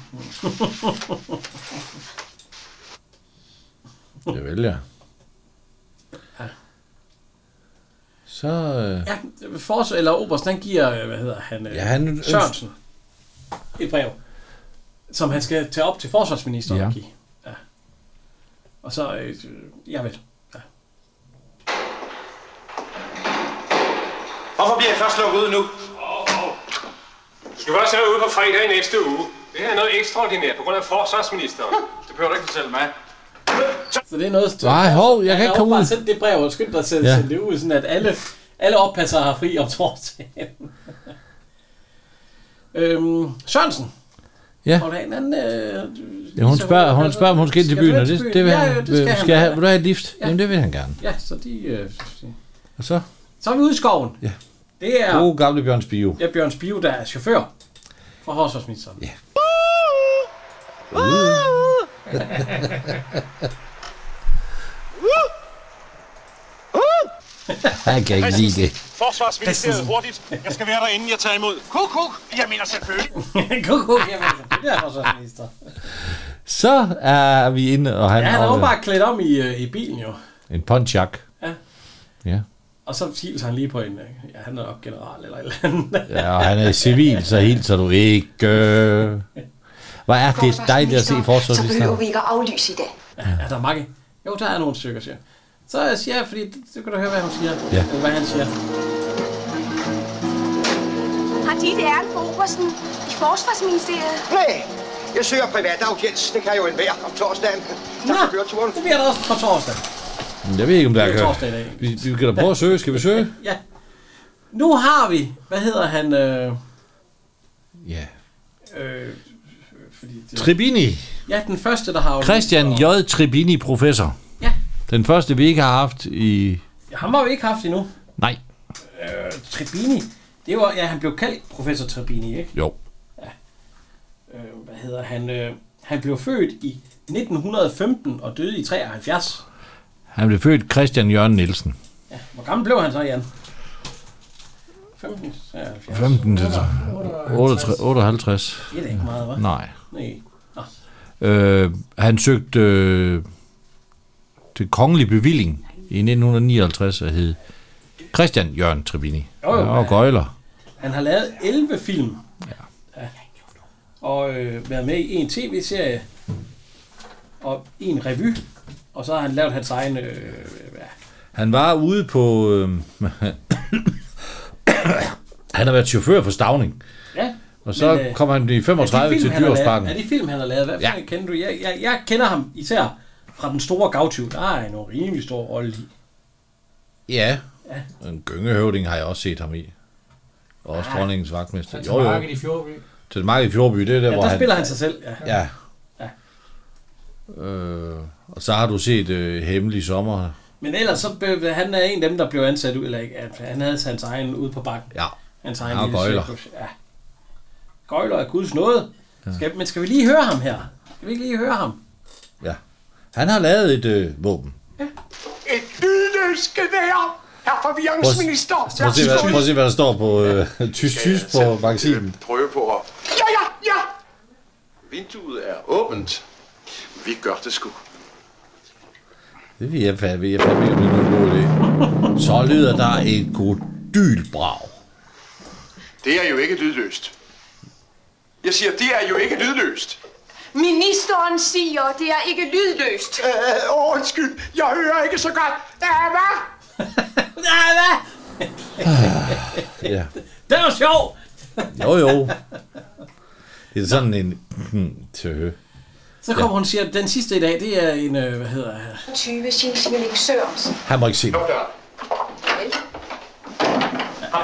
Det vil jeg.
Ja.
Så... Øh...
Ja, Fors, eller Oberst, han giver, hvad hedder han,
ja, han
Sørensen et brev, som han skal tage op til forsvarsministeren
ja.
og give. Ja. Og så, øh, jeg ved. Ja.
Hvorfor bliver jeg først lukket ud nu? Oh, oh. Du skal først være ude på fredag i næste uge. Det her er noget ekstraordinært på grund af forsvarsministeren. Det behøver du ikke fortælle mig.
Så det er noget...
Nej, hov, jeg kan ikke komme ud.
Jeg har sendt det brev, og skyndt dig til at
ja.
sende det ud, sådan at alle, alle oppassere har fri om torsdagen. øhm, Sørensen.
Ja.
Og den anden, øh,
ja, hun spørger, hun spørger, om hun skal ind til byen, og det, det vil
ja,
han.
Ja, det skal,
skal, skal have, vil du have et lift? Ja. Jamen, det vil han gerne.
Ja, så de... Øh,
og så?
Så er vi ude i skoven.
Ja.
Det er...
God gamle Bjørn Spio.
Ja, Bjørn Spio, der er chauffør for forsvarsministeren.
Ja. Jeg kan ikke lide det.
Forsvarsministeriet hurtigt. Jeg skal være derinde, jeg tager imod. Kuk, kuk. Jeg mener selvfølgelig.
Kuk, kuk. Jeg mener selvfølgelig, jeg er forsvarsminister.
Så er vi inde, og han...
Ja, han er jo bare klædt om i, i bilen, jo.
En Pontiac.
Ja.
Ja.
Og så hilser han lige på en... Ja, han er nok general eller et eller andet.
Ja, og han er civil, så hilser du ikke... Hvad er det dejligt at se i forsvarsministeren?
Så behøver vi ikke at aflyse i dag.
Ja, er der mange? Jo, der er nogle stykker, siger. Så siger jeg, fordi så kan du høre, hvad hun siger.
Ja.
Eller hvad han siger.
Har de et ærne på Obersten i Forsvarsministeriet?
Nej, jeg søger privat audiens. Det kan jo en vær om torsdagen.
Nå, det bliver der også på torsdag.
Jeg ved ikke, om der
det er
kan...
torsdag i dag.
Vi, vi kan da prøve at søge. Skal vi søge?
Ja. Nu har vi... Hvad hedder han? Øh...
Ja.
Øh... Fordi det...
Tribini.
Ja, den første, der har...
Christian J. Tribini, professor.
Ja.
Den første, vi ikke har haft i...
Ja, ham har vi ikke haft endnu.
Nej.
Øh, Tribini. Det var... Ja, han blev kaldt professor Tribini, ikke?
Jo.
Ja. Øh, hvad hedder han? Øh... Han blev født i nitten femten og døde i treoghalvfjerds.
Han blev født Christian Jørgen Nielsen.
Ja, hvor gammel blev han så, Jan? femten, treoghalvfjerds.
femten til otteoghalvtreds.
Det er da ikke meget, hva'?
Nej.
Nej.
Øh, han søgte øh, til kongelig bevilling i nitten nioghalvtreds og hed Christian Jørgen Tribini.
Jo, jo,
og gøjler.
Han har lavet elleve film.
Ja.
Ja. Og øh, været med i en tv-serie og en revy. Og så har han lavet hans egen... Øh, ja.
Han var ude på... Øh, han har været chauffør for Stauning.
Ja.
Og så
men, øh,
kom han i femogtredive til Dyrsparken.
Er de film, han har lavet? Hvad ja. kender du? Jeg, jeg, jeg kender ham især fra Den Store Gavtyv. Der er en rimelig stor rolle i.
Ja.
Ja.
En gyngehøvding har jeg også set ham i. Og også dronningens vagtmester.
Til markedet i Fjordby.
Til markedet i Fjordby, det er der,
ja,
hvor
der
han...
spiller han sig selv, ja.
Ja. ja. Øh, og så har du set øh, Hemmelig Sommer.
Men ellers, så be, han er en af dem, der blev ansat ud, eller ikke, at han havde hans egen ude på bakken.
Ja.
Hans egen
ja,
lille
gøjler.
cirkus. Ja. Gøjler er Guds nåde. Ja. Skal, men skal vi lige høre ham her? Skal vi ikke lige høre ham?
Ja. Han har lavet et øh, våben.
Ja.
Et lydløst gevær, herr forvirringsminister.
Prøv at se, hvad, prøv at se, hvad der står på øh, tysk-tysk på magasinet.
Prøve på at...
Ja, ja, ja.
Vinduet er åbent. Vi gør det sgu.
Det vil jeg fandme, jeg fandme ikke, om det er nogen god idé. Så lyder der et godylbrag.
Det er jo ikke lydløst. Jeg siger, det er jo ikke lydløst.
Ministeren siger, det er ikke lydløst.
Øh, undskyld, jeg hører ikke så godt. Der er hvad?
Der er hvad?
Ja.
Det er jo sjov.
Jo, jo. Det er sådan en... Tøh.
Så kommer ja. hun og siger, at den sidste i dag, det er en, øh, hvad hedder han?
tyve Sjælsmilling Sørensen.
Han må ikke se mig.
Han,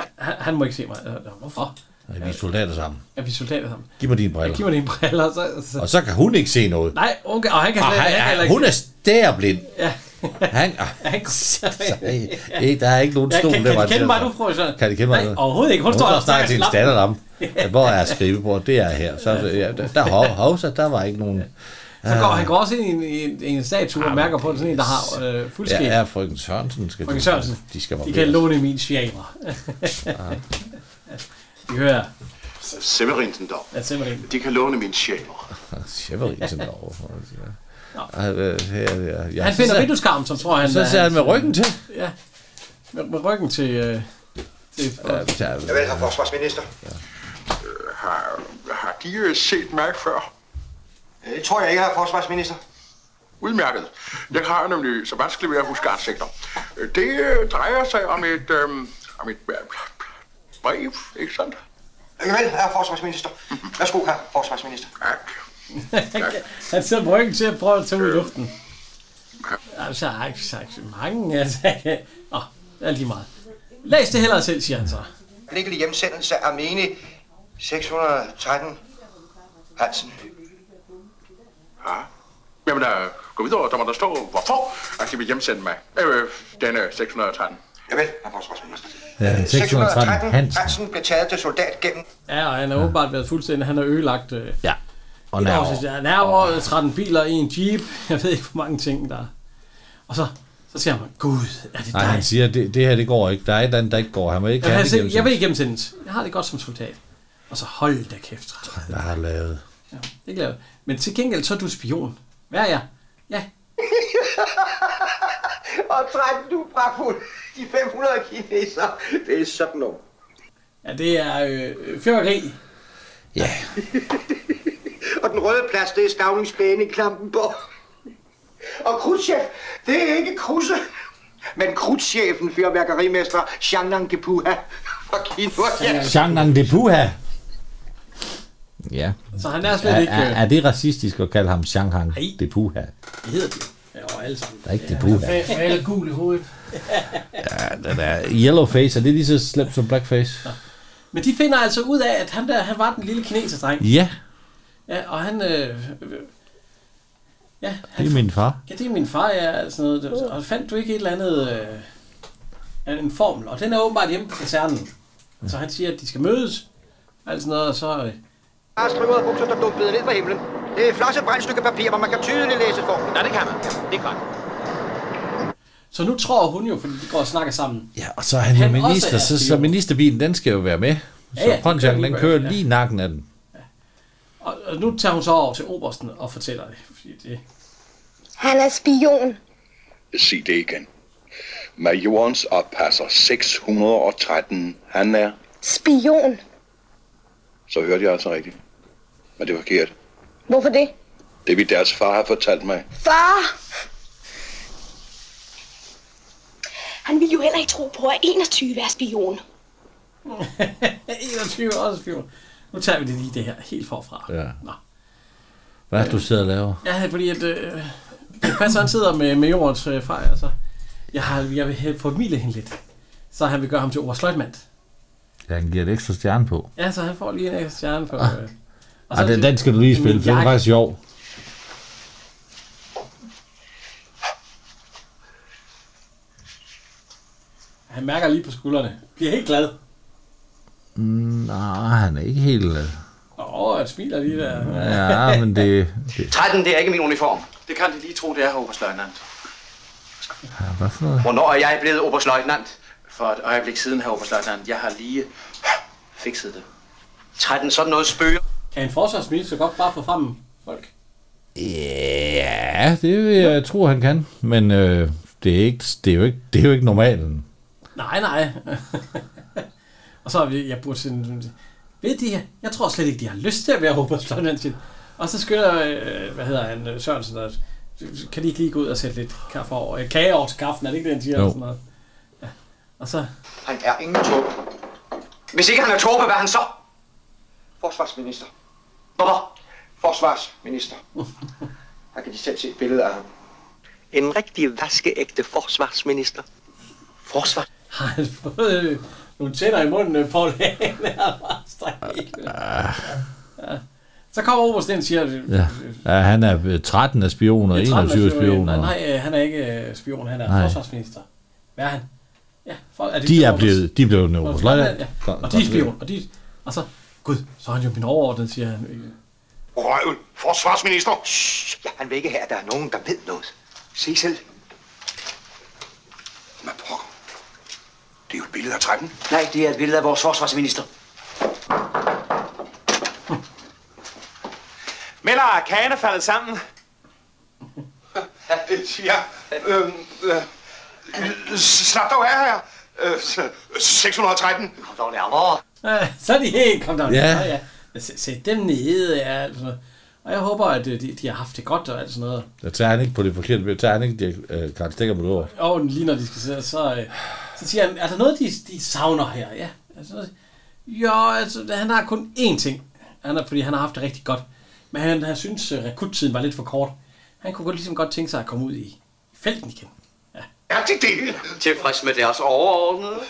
han må ikke se mig. Hvorfor?
Ja, vi er soldater sammen.
Ja, vi er soldater sammen.
Giv mig dine briller.
Ja, giv mig dine briller. Så, så.
Og så kan hun ikke se noget.
Nej, okay, og han kan
og
slet,
han,
han, han,
han, hun er stærblind.
Ja.
Han, ah,
han
så, der er ikke nogen stol.
Ja, kan, kan de kende mig, du får så?
Kan de kende mig?
Nej, overhovedet ikke. Hun, hun står
og snakker til en standard om, hvor er skrivebordet? Det er her. Så, ja, der, der, hov, hov, så der var ikke nogen...
Så går, han går også ind i en, en, en statue og mærker på, sådan en, der har øh, fuldskæg.
Ja, ja, frøken Sørensen skal
frøken Sørensen.
De, skal
de kan låne min sjaler. Vi hører.
Severinsen dog.
Ja, Severinsen.
De kan låne min sjaler.
Severinsen dog.
Ja. Han finder vindueskarmen, som tror han...
Så ser han med ryggen til.
Ja, med, med ryggen til... Øh, til
ja, vel, herr forsvarsminister.
Ja. Har, har de set mig før?
Det tror jeg ikke, herr forsvarsminister.
Udmærket. Jeg har nemlig så vanskeligt ved at huske ansigter. Det drejer sig om et, øhm, om et brev, ikke sandt?
Vel, herr forsvarsminister. Værsgo, herr forsvarsminister.
Tak.
Han sidder på ryggen til at prøve at tage ud i luften. Altså, jeg har ikke sagt mange. Altså, åh, det er lige meget. Læs det hellere selv, siger han så.
Øjeblikkelig hjemsendelse af Armeni seks hundrede og tretten Hansen.
Ja. Jamen, der, gå videre. Der må der stå, hvorfor at de vil hjemsende mig. Øh, denne seks hundrede og tretten.
Javel, herr forsvarsminister.
Ja, seks hundrede og tretten Hansen.
Hansen blev taget til soldat gennem...
Ja, og han har åbenbart været fuldstændig... Han har ødelagt... Øh,
ja. Og
nerver. Nerver, tretten biler i en jeep. Jeg ved ikke, hvor mange ting der er. Og så, så siger man, gud, er det dig?
Nej, han siger, det, det her, det går ikke. Der er et eller andet, der ikke går. Han må ikke
jeg
have det
hjemsendt. Jeg vil ikke hjemsendes. Jeg har det godt som soldat. Og så hold da kæft.
Hvad har lavet?
Ja, det er ikke lavet. Men til gengæld, så er du spion. Hvad er jeg? Ja.
Og tretten, du er pragtfuld. De fem hundrede kineser. Det er sådan noget.
Ja, det er øh, fyrværkeri.
Ja.
Og den røde plads, det er Stavningsbanen i Klampenborg. Og Krudtchef, det er ikke Kruse, men Krudtchefen, fyrværkerimester Xiangnang Depuha fra Kina.
Xiangnang Depuha? Ja.
Så han er slet
er,
ikke...
Er, er det racistisk at kalde ham Xiangnang Depuha?
Det hedder det. Ja, og alle sammen.
Der er ikke Depuha.
Ja, alle gul i hovedet.
Ja, den er yellowface, er det lige så slemt som blackface?
Ja. Men de finder altså ud af, at han der, han var den lille kineserdreng.
Ja.
Ja, og han... Øh, ja, han,
det er min far.
Ja, det er min far, ja. Altså noget, og fandt du ikke et eller andet... Øh, en formel? Og den er åbenbart hjemme på kasernen. Ja. Så han siger, at de skal mødes. Altså noget, og så... Øh,
Jeg skriver bukser, der dumpede ned fra himlen. Det er et flosset brændt stykke papir, hvor man kan tydeligt læse formlen.
Ja, det kan man. Ja, det er godt.
Så nu tror hun jo, fordi de går og snakker sammen.
Ja, og så er han, han jo minister, så, så ministerbilen, den skal jo være med. Så ja, ja, Pontiac'en, den kører ja. lige nakken af den.
Ja. Og, og nu tager hun så over til obersten og fortæller det. Fordi det...
Han er spion.
Sig det igen. Majorens oppasser seks hundrede og tretten, han er...
Spion.
Så hørte jeg altså rigtigt. Men det var forkert.
Hvorfor det?
Det vil deres far have fortalt mig.
Far! Han ville jo heller ikke tro på, at enogtyve er spion.
enogtyve er også spion. Nu tager vi det lige det her helt forfra.
Ja.
Nå.
Hvad er det, du sidder og laver?
Ja, fordi at... Øh, det passer, han sidder med, med jordens øh, far, altså. Jeg, har, jeg vil formidle hende lidt. Så han vil gøre ham til oberstløjtnant.
Ja, han giver et ekstra stjerne på.
Ja, så han får lige en ekstra stjerne på.
Ah.
Øh.
Og så, ah, den, den skal du lige spille, for den er faktisk sjov.
Han mærker lige på skuldrene. Bliver helt glad.
Mm, nej, han er ikke helt glad.
Åh, oh, jeg smiler lige der.
Ja, men det...
det... tretten, det er ikke min uniform. Det kan de lige tro, det er, oberstløjtnant.
Ja, hvad for noget?
Hvornår er jeg blevet oberstløjtnant? For et øjeblik siden, her oberstløjtnant. Jeg har lige fikset det. tretten, sådan noget spøger.
Kan en forsvarsminister godt bare få frem folk?
Ja, det vil jeg tro, han kan. Men øh, det, er ikke, det, er jo ikke, det er jo ikke normalen.
Nej, nej. Og så har vi, jeg burde sådan... Ved de, jeg tror slet ikke, de har lyst til at være oberstløjtnant. Og så skynder, øh, hvad hedder han, Sørensen, der, kan de ikke lige gå ud og sætte lidt kaffe over, øh, kage over til kaffen, er det ikke det, han siger? Sådan noget? Ja. Og så...
Han er ingen tåbe.
Hvis ikke han er tåbe, hvad er han så?
Forsvarsminister.
Hvorfor?
Forsvarsminister. Her kan de selv se et billede af ham. En rigtig vaskeægte forsvarsminister.
Forsvar?
Har han fået nogle tænder i munden, Paul Hagen. Ja. Så kommer Obersten og siger...
Ja. ja, han er tretten af spioner og enogtyve af spioner.
Nej, nej, han er ikke spion, han er nej. forsvarsminister. Hvad er han? Ja, for, er
de, de er blevet, de er blevet
nødvendigt. Ja. Og de er spion, og de... Og så... Gud, så er han jo min overordnede, siger han.
Røven, forsvarsminister!
Shh, ja, han vil ikke have, at der er nogen, der ved noget. Se selv.
Hvad pokker? Det er jo et billede af tretten.
Nej, det er et billede af vores forsvarsminister.
Melder, er kagene faldet sammen?
Ja, øh, øh, slap dog af her. Øh, seks hundrede og tretten.
Kom dog nærmere.
Ja, så er de helt, kom dog
ja.
nærmere, ja. Sæt dem nede, ja, altså. Og jeg håber, at de, de har haft det godt og alt sådan noget.
Jeg tager han ikke på det forkerte, jeg tager han ikke, de øh, Karl Stikker på det ord.
Og lige når de skal sidde, så, øh, så siger han, er der noget, de, de savner her? Ja, altså, jo, altså, han har kun én ting, han er, fordi han har haft det rigtig godt. Men han, han synes, at rekruttiden var lidt for kort. Han kunne godt, ligesom godt tænke sig at komme ud i, i felten igen. Ja.
Er det det?
Tilfreds med deres overordnede?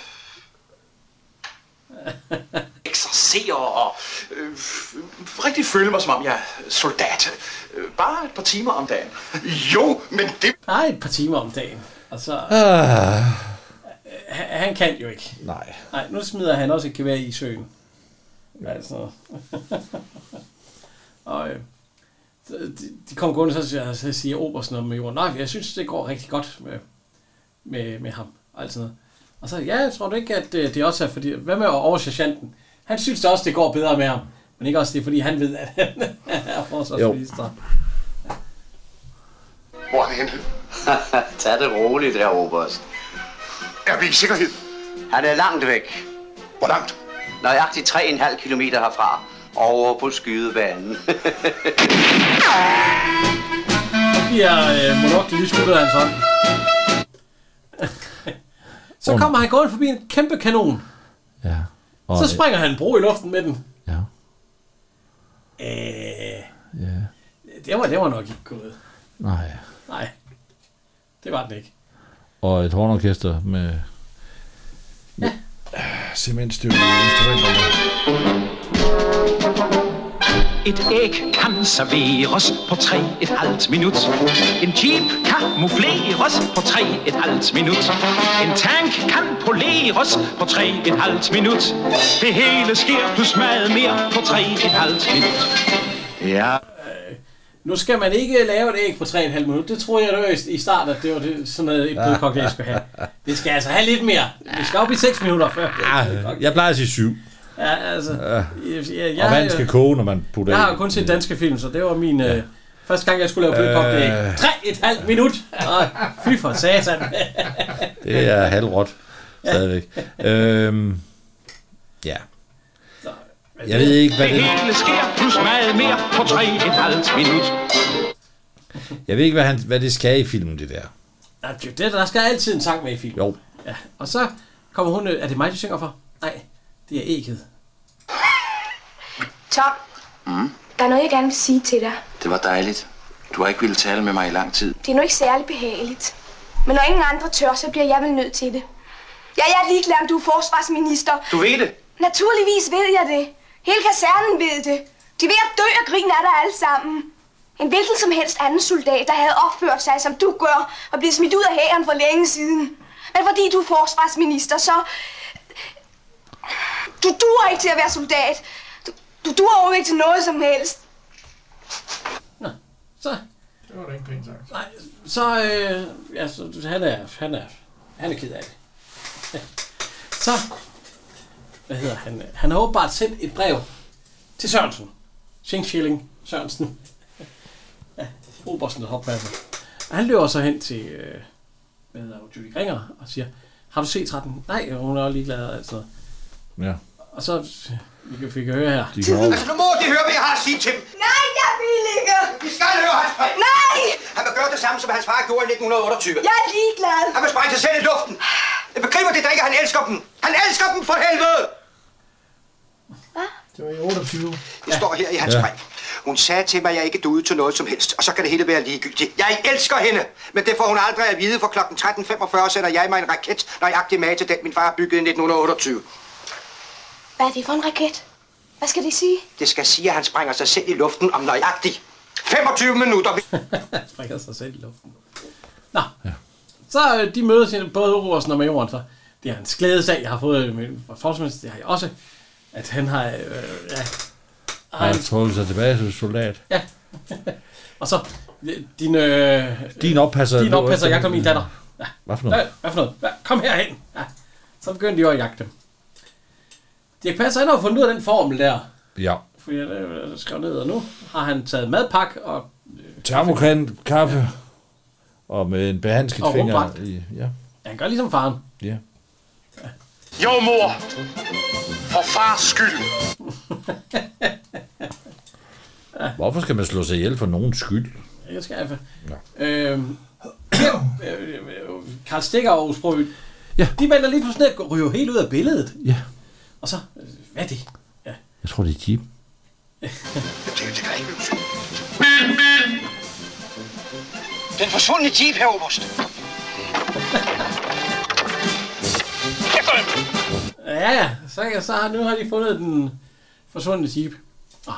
Eksercerer og øh, rigtig føle mig, som om jeg er soldat. Øh, bare et par timer om dagen.
Jo, men det...
Bare et par timer om dagen. Og så...
Ah.
Han, han kan jo ikke.
Nej.
Nej, nu smider han også et gevær i søen. Altså... Og... Øh, de, de kommer gående, så siger, så siger Obersten om jorden, nej, jeg synes, det går rigtig godt med, med, med ham. Og alt sådan noget. Og så, ja, jeg tror du ikke, at det, det også er fordi... Hvad med oversergeanten? Han synes også, det går bedre med ham. Men ikke også det, fordi han ved, at han er forsvarsminister.
Hvor er han henne?
Tag det roligt der, Oberst.
Er vi i sikkerhed?
Han er langt væk.
Hvor langt?
Nøjagtigt tre komma fem kilometer herfra. Over på skydebanen.
Så bliver øh, monoklet lige sluttet af hans hånd. Så kommer han gående forbi en kæmpe kanon.
Ja.
Og så springer han en bro i luften med den.
Ja.
Æh,
ja.
Det var, det var nok ikke gået.
Nej.
Nej. Det var den ikke.
Og et hornorkester med...
Ja.
Cementstøvende instrumenter.
Et æg kan serveres på tre et halvt minut. En jeep kamufleres på tre et halvt minut. En tank kan poleres på tre et halvt minut. Det hele sker plus meget mere på tre et halvt minut. Ja.
Øh, nu skal man ikke lave et æg på tre et halvt minut. Det tror jeg, det var i starten, at det var det, sådan noget, et blødkok, jeg skulle have. Det skal altså have lidt mere. Vi skal op i seks minutter før.
Ja, jeg plejer at sige syv.
Ja, altså...
Ja.
Jeg, jeg, jeg,
og vand skal koge, når man putter
Jeg har jo kun set danske film, så det var min... Ja. Øh, første gang, jeg skulle lave blødkogt æg. Øh. Tre et halvt minut! Og fy for satan!
Det er halvråt. Stadigvæk. Ja. Øhm, ja.
Så,
jeg ved ikke, hvad det...
Det hele sker plus meget mere på tre et halvt minut.
Jeg ved ikke, hvad, han, hvad det skal i filmen, det der.
Ja, det, der skal altid en sang med i filmen.
Jo.
Ja. Og så kommer hun... Er det mig, du synger for? Nej. Det er ægget.
Tom,
Mm.
der er noget, jeg gerne vil sige til dig.
Det var dejligt. Du har ikke ville tale med mig i lang tid.
Det er nu ikke særlig behageligt. Men når ingen andre tør, så bliver jeg vel nødt til det. Ja, jeg er ligeglad, om du er forsvarsminister.
Du ved det?
Naturligvis ved jeg det. Hele kasernen ved det. De er ved at dø og grine af dig alle sammen. En hvilken som helst anden soldat, der havde opført sig, som du gør, og blevet smidt ud af hæren for længe siden. Men fordi du er forsvarsminister, så... Du duer ikke til at være soldat. Du, du duer jo ikke til noget som helst.
Nå, så...
Det var da ikke pænt sagt.
Nej, så... Øh, ja, så han er, han er, han er ked af det. Så... Hvad hedder han? Han har åbenbart sendt et brev til Sørensen. Xing Schilling Sørensen. Ja, Obersten og hopmapper. Han løber så hen til... Øh, hvad hedder hun? Julie Gringer og siger... Har du set tretten? Nej, hun er ligeglad og alt sådan noget.
Ja.
Og så fik jeg høre her.
Altså, nu må de høre, hvad jeg har at sige til dem.
Nej, jeg vil ikke.
De skal høre hans brev.
Nej!
Han vil gøre det samme, som hans far gjorde i nitten otteogtyve.
Jeg er ligeglad.
Han vil sprænge sig selv i luften. Jeg begriber det, der ikke. Han elsker dem. Han elsker dem for helvede.
Det var i otteogtyve.
Det står her i hans
Ja.
brev. Hun sagde til mig, at jeg ikke duede til noget som helst, og så kan det hele være ligegyldigt. Jeg elsker hende, men det får hun aldrig at vide, for klokken tretten femogfyrre sætter jeg mig en raket, nøjagtig mag til den, min far byggede i nitten otteogtyve.
Hvad er det for en raket? Hvad skal det sige?
Det skal sige, at han sprænger sig selv i luften om nøjagtigt femogtyve minutter.
Sprænger sig selv i luften. Nå, ja. Så øh, de mødes både Obersten og majoren, så det er hans glædesag. Jeg har fået med forsvarsminister, det har jeg også, at han har... Øh, ja,
har han trukket sig tilbage som soldat.
Ja. Og så din... Øh,
din opasser...
Din opasser jagter min datter. Ja.
Hvad for noget?
Hvad for noget? Kom herhen. Ja. Så begyndte de jo at jagte dem. Dirch Passer, han har fundet ud af den formel der.
Ja.
Fordi jeg skrev ned, og nu har han taget madpak og...
Øh, Termokant, kaffe, og med en behandsket
og
finger i... Ja.
Ja, han gør ligesom faren.
Ja.
Ja. Jo, mor! For fars skyld!
Ja. Hvorfor skal man slå sig ihjel for nogens skyld?
Ja, det skal jeg. Ja. Øhm, Karl Stikker og Osbro, ja. De vælger lige pludselig at ryge helt ud af billedet.
Ja.
Og så, hvad er det? Ja.
Jeg tror, det er Jeep.
Den forsvundne Jeep, herr Oberst.
Ja, ja. Så, så har, nu har de fundet den forsvundne Jeep. Ah.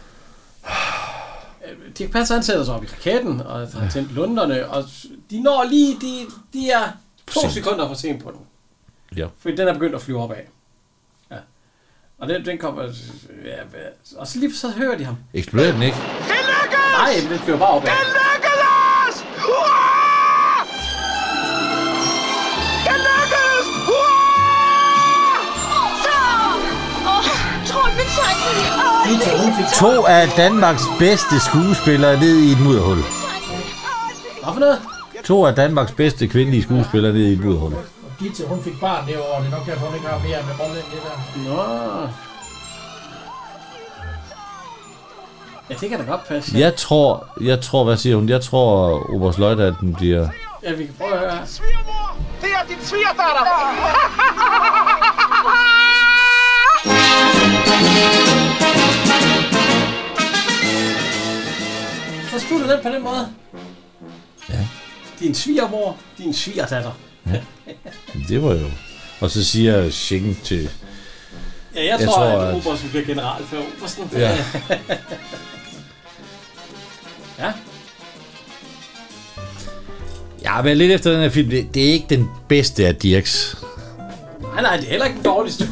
Dirch Passer, han sætter sig op i raketten, og har tændt lunderne, og de når lige, de, de er to Sent. sekunder for sent på den.
Ja.
Fordi den er begyndt at flyve opad. Ja. Og den, den kommer... Ja, og så lige så hører de ham.
Eksploderer den ikke?
Det lykkes!
Nej, den flyver bare opad.
Det lykkes! Hurra! Det lykkes!
Hurra! To af Danmarks bedste skuespillere ned i et mudderhul.
Hvad for noget?
To af Danmarks bedste kvindelige skuespillere ned i et mudderhul.
Gitte, hun fik barn det år, det er nok derfor, hun ikke har mere med rollen end det der.
Nå. Ja, det kan da godt passe.
Jeg tror, jeg tror, hvad siger hun? Jeg tror, oberstløjtnanten bliver...
Ja, vi kan prøve at høre.
Svigermor! Det er din svigerdatter!
Så slutter den på den måde.
Ja.
Din svigermor, din svigerdatter.
Ja. Det var jo... Og så siger Schengen til...
Ja, jeg, jeg tror, tror, at Obersten bliver general for Obersten.
Ja.
Ja.
Ja, men lidt efter den her film, det, det er ikke den bedste af Dirchs.
Nej, nej, det er heller ikke den dårligste.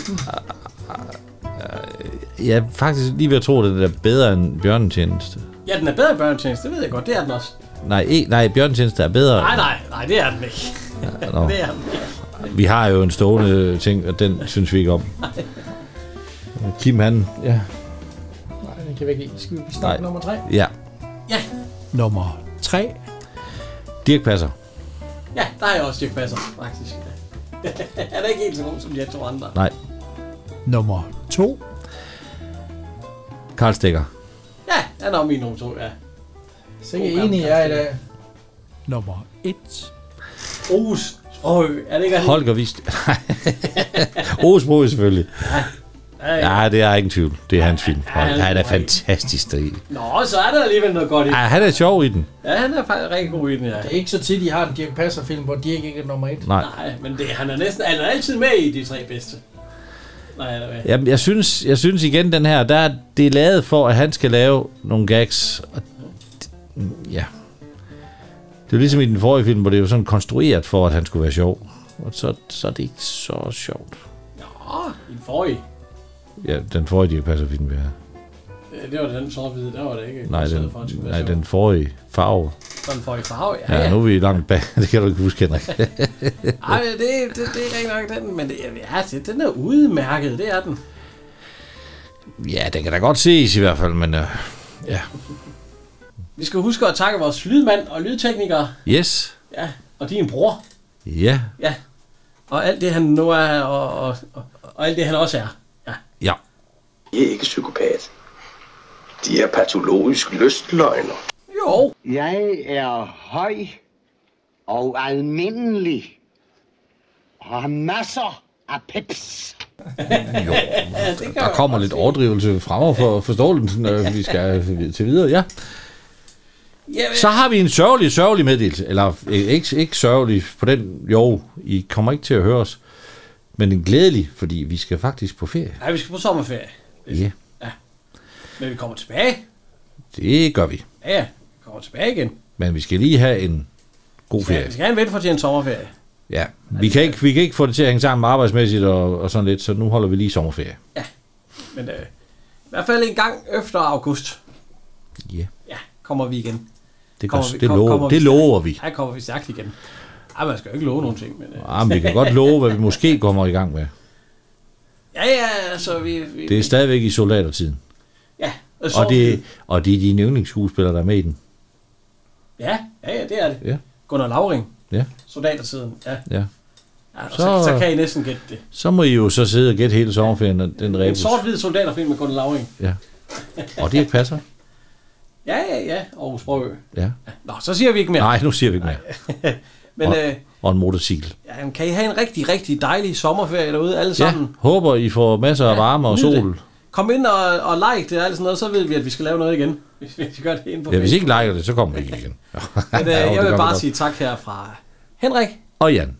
Jeg er faktisk lige ved at tro, at den er bedre end Bjørnetjeneste.
Ja, den er bedre end Bjørnetjeneste, det ved jeg godt, det er den også.
Nej, ikke, nej, Bjørnetjeneste er bedre.
Nej, nej, nej, det er den ikke.
Ja,
det er den ikke.
Vi har jo en stående ting, og den synes vi ikke om.
Nej.
Kim, han... Ja.
Nej, den kan vi ikke lide. Skal vi snakke nummer tre?
Ja.
Ja.
Nummer tre.
Dirch Passer.
Ja, der er jeg også Dirch Passer, faktisk. Han er ikke helt så god som de to andre.
Nej.
Nummer to.
Karl Stikker.
Ja, han er min nummer to, ja.
Så er jeg enig, jeg er i dag.
Nummer et.
Aarhus. Åh, er det ikke han?
Holger Vist. Aarhus Bro selvfølgelig.
Ja. Ja,
ja, det er ingen tvivl. Det er hans film. Ja, han, han er fantastisk deri.
Nå, så er der alligevel noget godt i den.
Ja, han er sjov i den.
Ja, han er faktisk rigtig god i den, ja.
Det er ikke så tit, I har en Dirch Passer-film, hvor Dirch ikke er nummer et.
Nej.
Nej, men det, han er næsten han er altid med i de tre bedste. Nej, eller hvad?
Jamen, jeg synes, jeg synes igen, den her, der er det er lavet for, at han skal lave nogle gags. Og ja. Det er jo ligesom i den forrige film, hvor det er jo sådan konstrueret for, at han skulle være sjov. Og så, så er det ikke så sjovt.
Nå, i den forrige.
Ja, den forrige Dirch Passer-film, vi har.
Det var den sort-hvide, der var det ikke.
Nej, den, nej, den forrige farve.
Så den forrige farve, ja.
Ja, nu er vi langt bag. Det kan du ikke huske, Henrik.
Ej, det, det, det er ikke nok den, men det, ja, den er udmærket, det er den.
Ja, den kan da godt ses i hvert fald, men uh, ja.
Vi skal huske at takke vores lydmand og lydtekniker.
Yes.
Ja, og din bror.
Ja.
Ja, og alt det han nu er, og, og, og, og alt det han også er. Ja.
Ja.
De er ikke psykopat. De er patologisk lystløgner.
Jo.
Jeg er høj og almindelig og har masser af peps.
Jo, der kommer lidt overdrivelse frem for forståelsen, når vi skal til videre, ja. Så har vi en sørgelig, sørgelig meddelelse. Eller ikke, ikke sørgelig på den, jo, I kommer ikke til at høre os. Men en glædelig, fordi vi skal faktisk på ferie.
Nej, vi skal på sommerferie.
Ja.
Ja. Men vi kommer tilbage.
Det gør vi.
Ja, ja. Vi kommer tilbage igen.
Men vi skal lige have en god ferie.
Vi skal have en vente for til en sommerferie.
Ja, vi kan, ikke, vi kan ikke få det til at hænge sammen arbejdsmæssigt og, og sådan lidt, så nu holder vi lige sommerferie.
Ja, men øh, i hvert fald en gang efter august.
Ja.
Ja, kommer vi igen.
Det, gør, vi, det, kom, lover, det lover vi.
Ja, kommer vi stærkt igen. Ej, man skal jo ikke love nogen ting. Men, øh.
Ja, men vi kan godt love, hvad vi måske kommer i gang med.
Ja, ja, altså vi... vi
det er stadigvæk i soldatertiden.
Ja. Og,
og, det, og det er dine yndlingsskuespillere, der er med i den.
Ja, ja, ja, det er det.
Ja.
Gunnar Lauring.
Ja.
Soldatertiden, ja.
Ja.
Ja, så, så, så kan I næsten gætte det.
Så må I jo så sidde og gætte hele sommerferien. Den
en sort-hvid soldaterfilm med Gunnar Lauring.
Ja. Og det passer.
Ja, ja, ja. Aarhus Brøø.
Ja.
Nå, så siger vi ikke mere.
Nej, nu siger vi ikke mere.
Men,
og,
øh,
og en motorcykel.
Ja, kan I have en rigtig, rigtig dejlig sommerferie derude alle sammen?
Ja, håber I får masser af varme og sol.
Det. Kom ind og, og like det og alt sådan noget, så ved vi, at vi skal lave noget igen. Hvis vi gør det inde på
ja, hvis I ikke liker det, så kommer vi ikke igen.
Men, øh, jeg vil bare sige tak her fra Henrik.
Og Jan.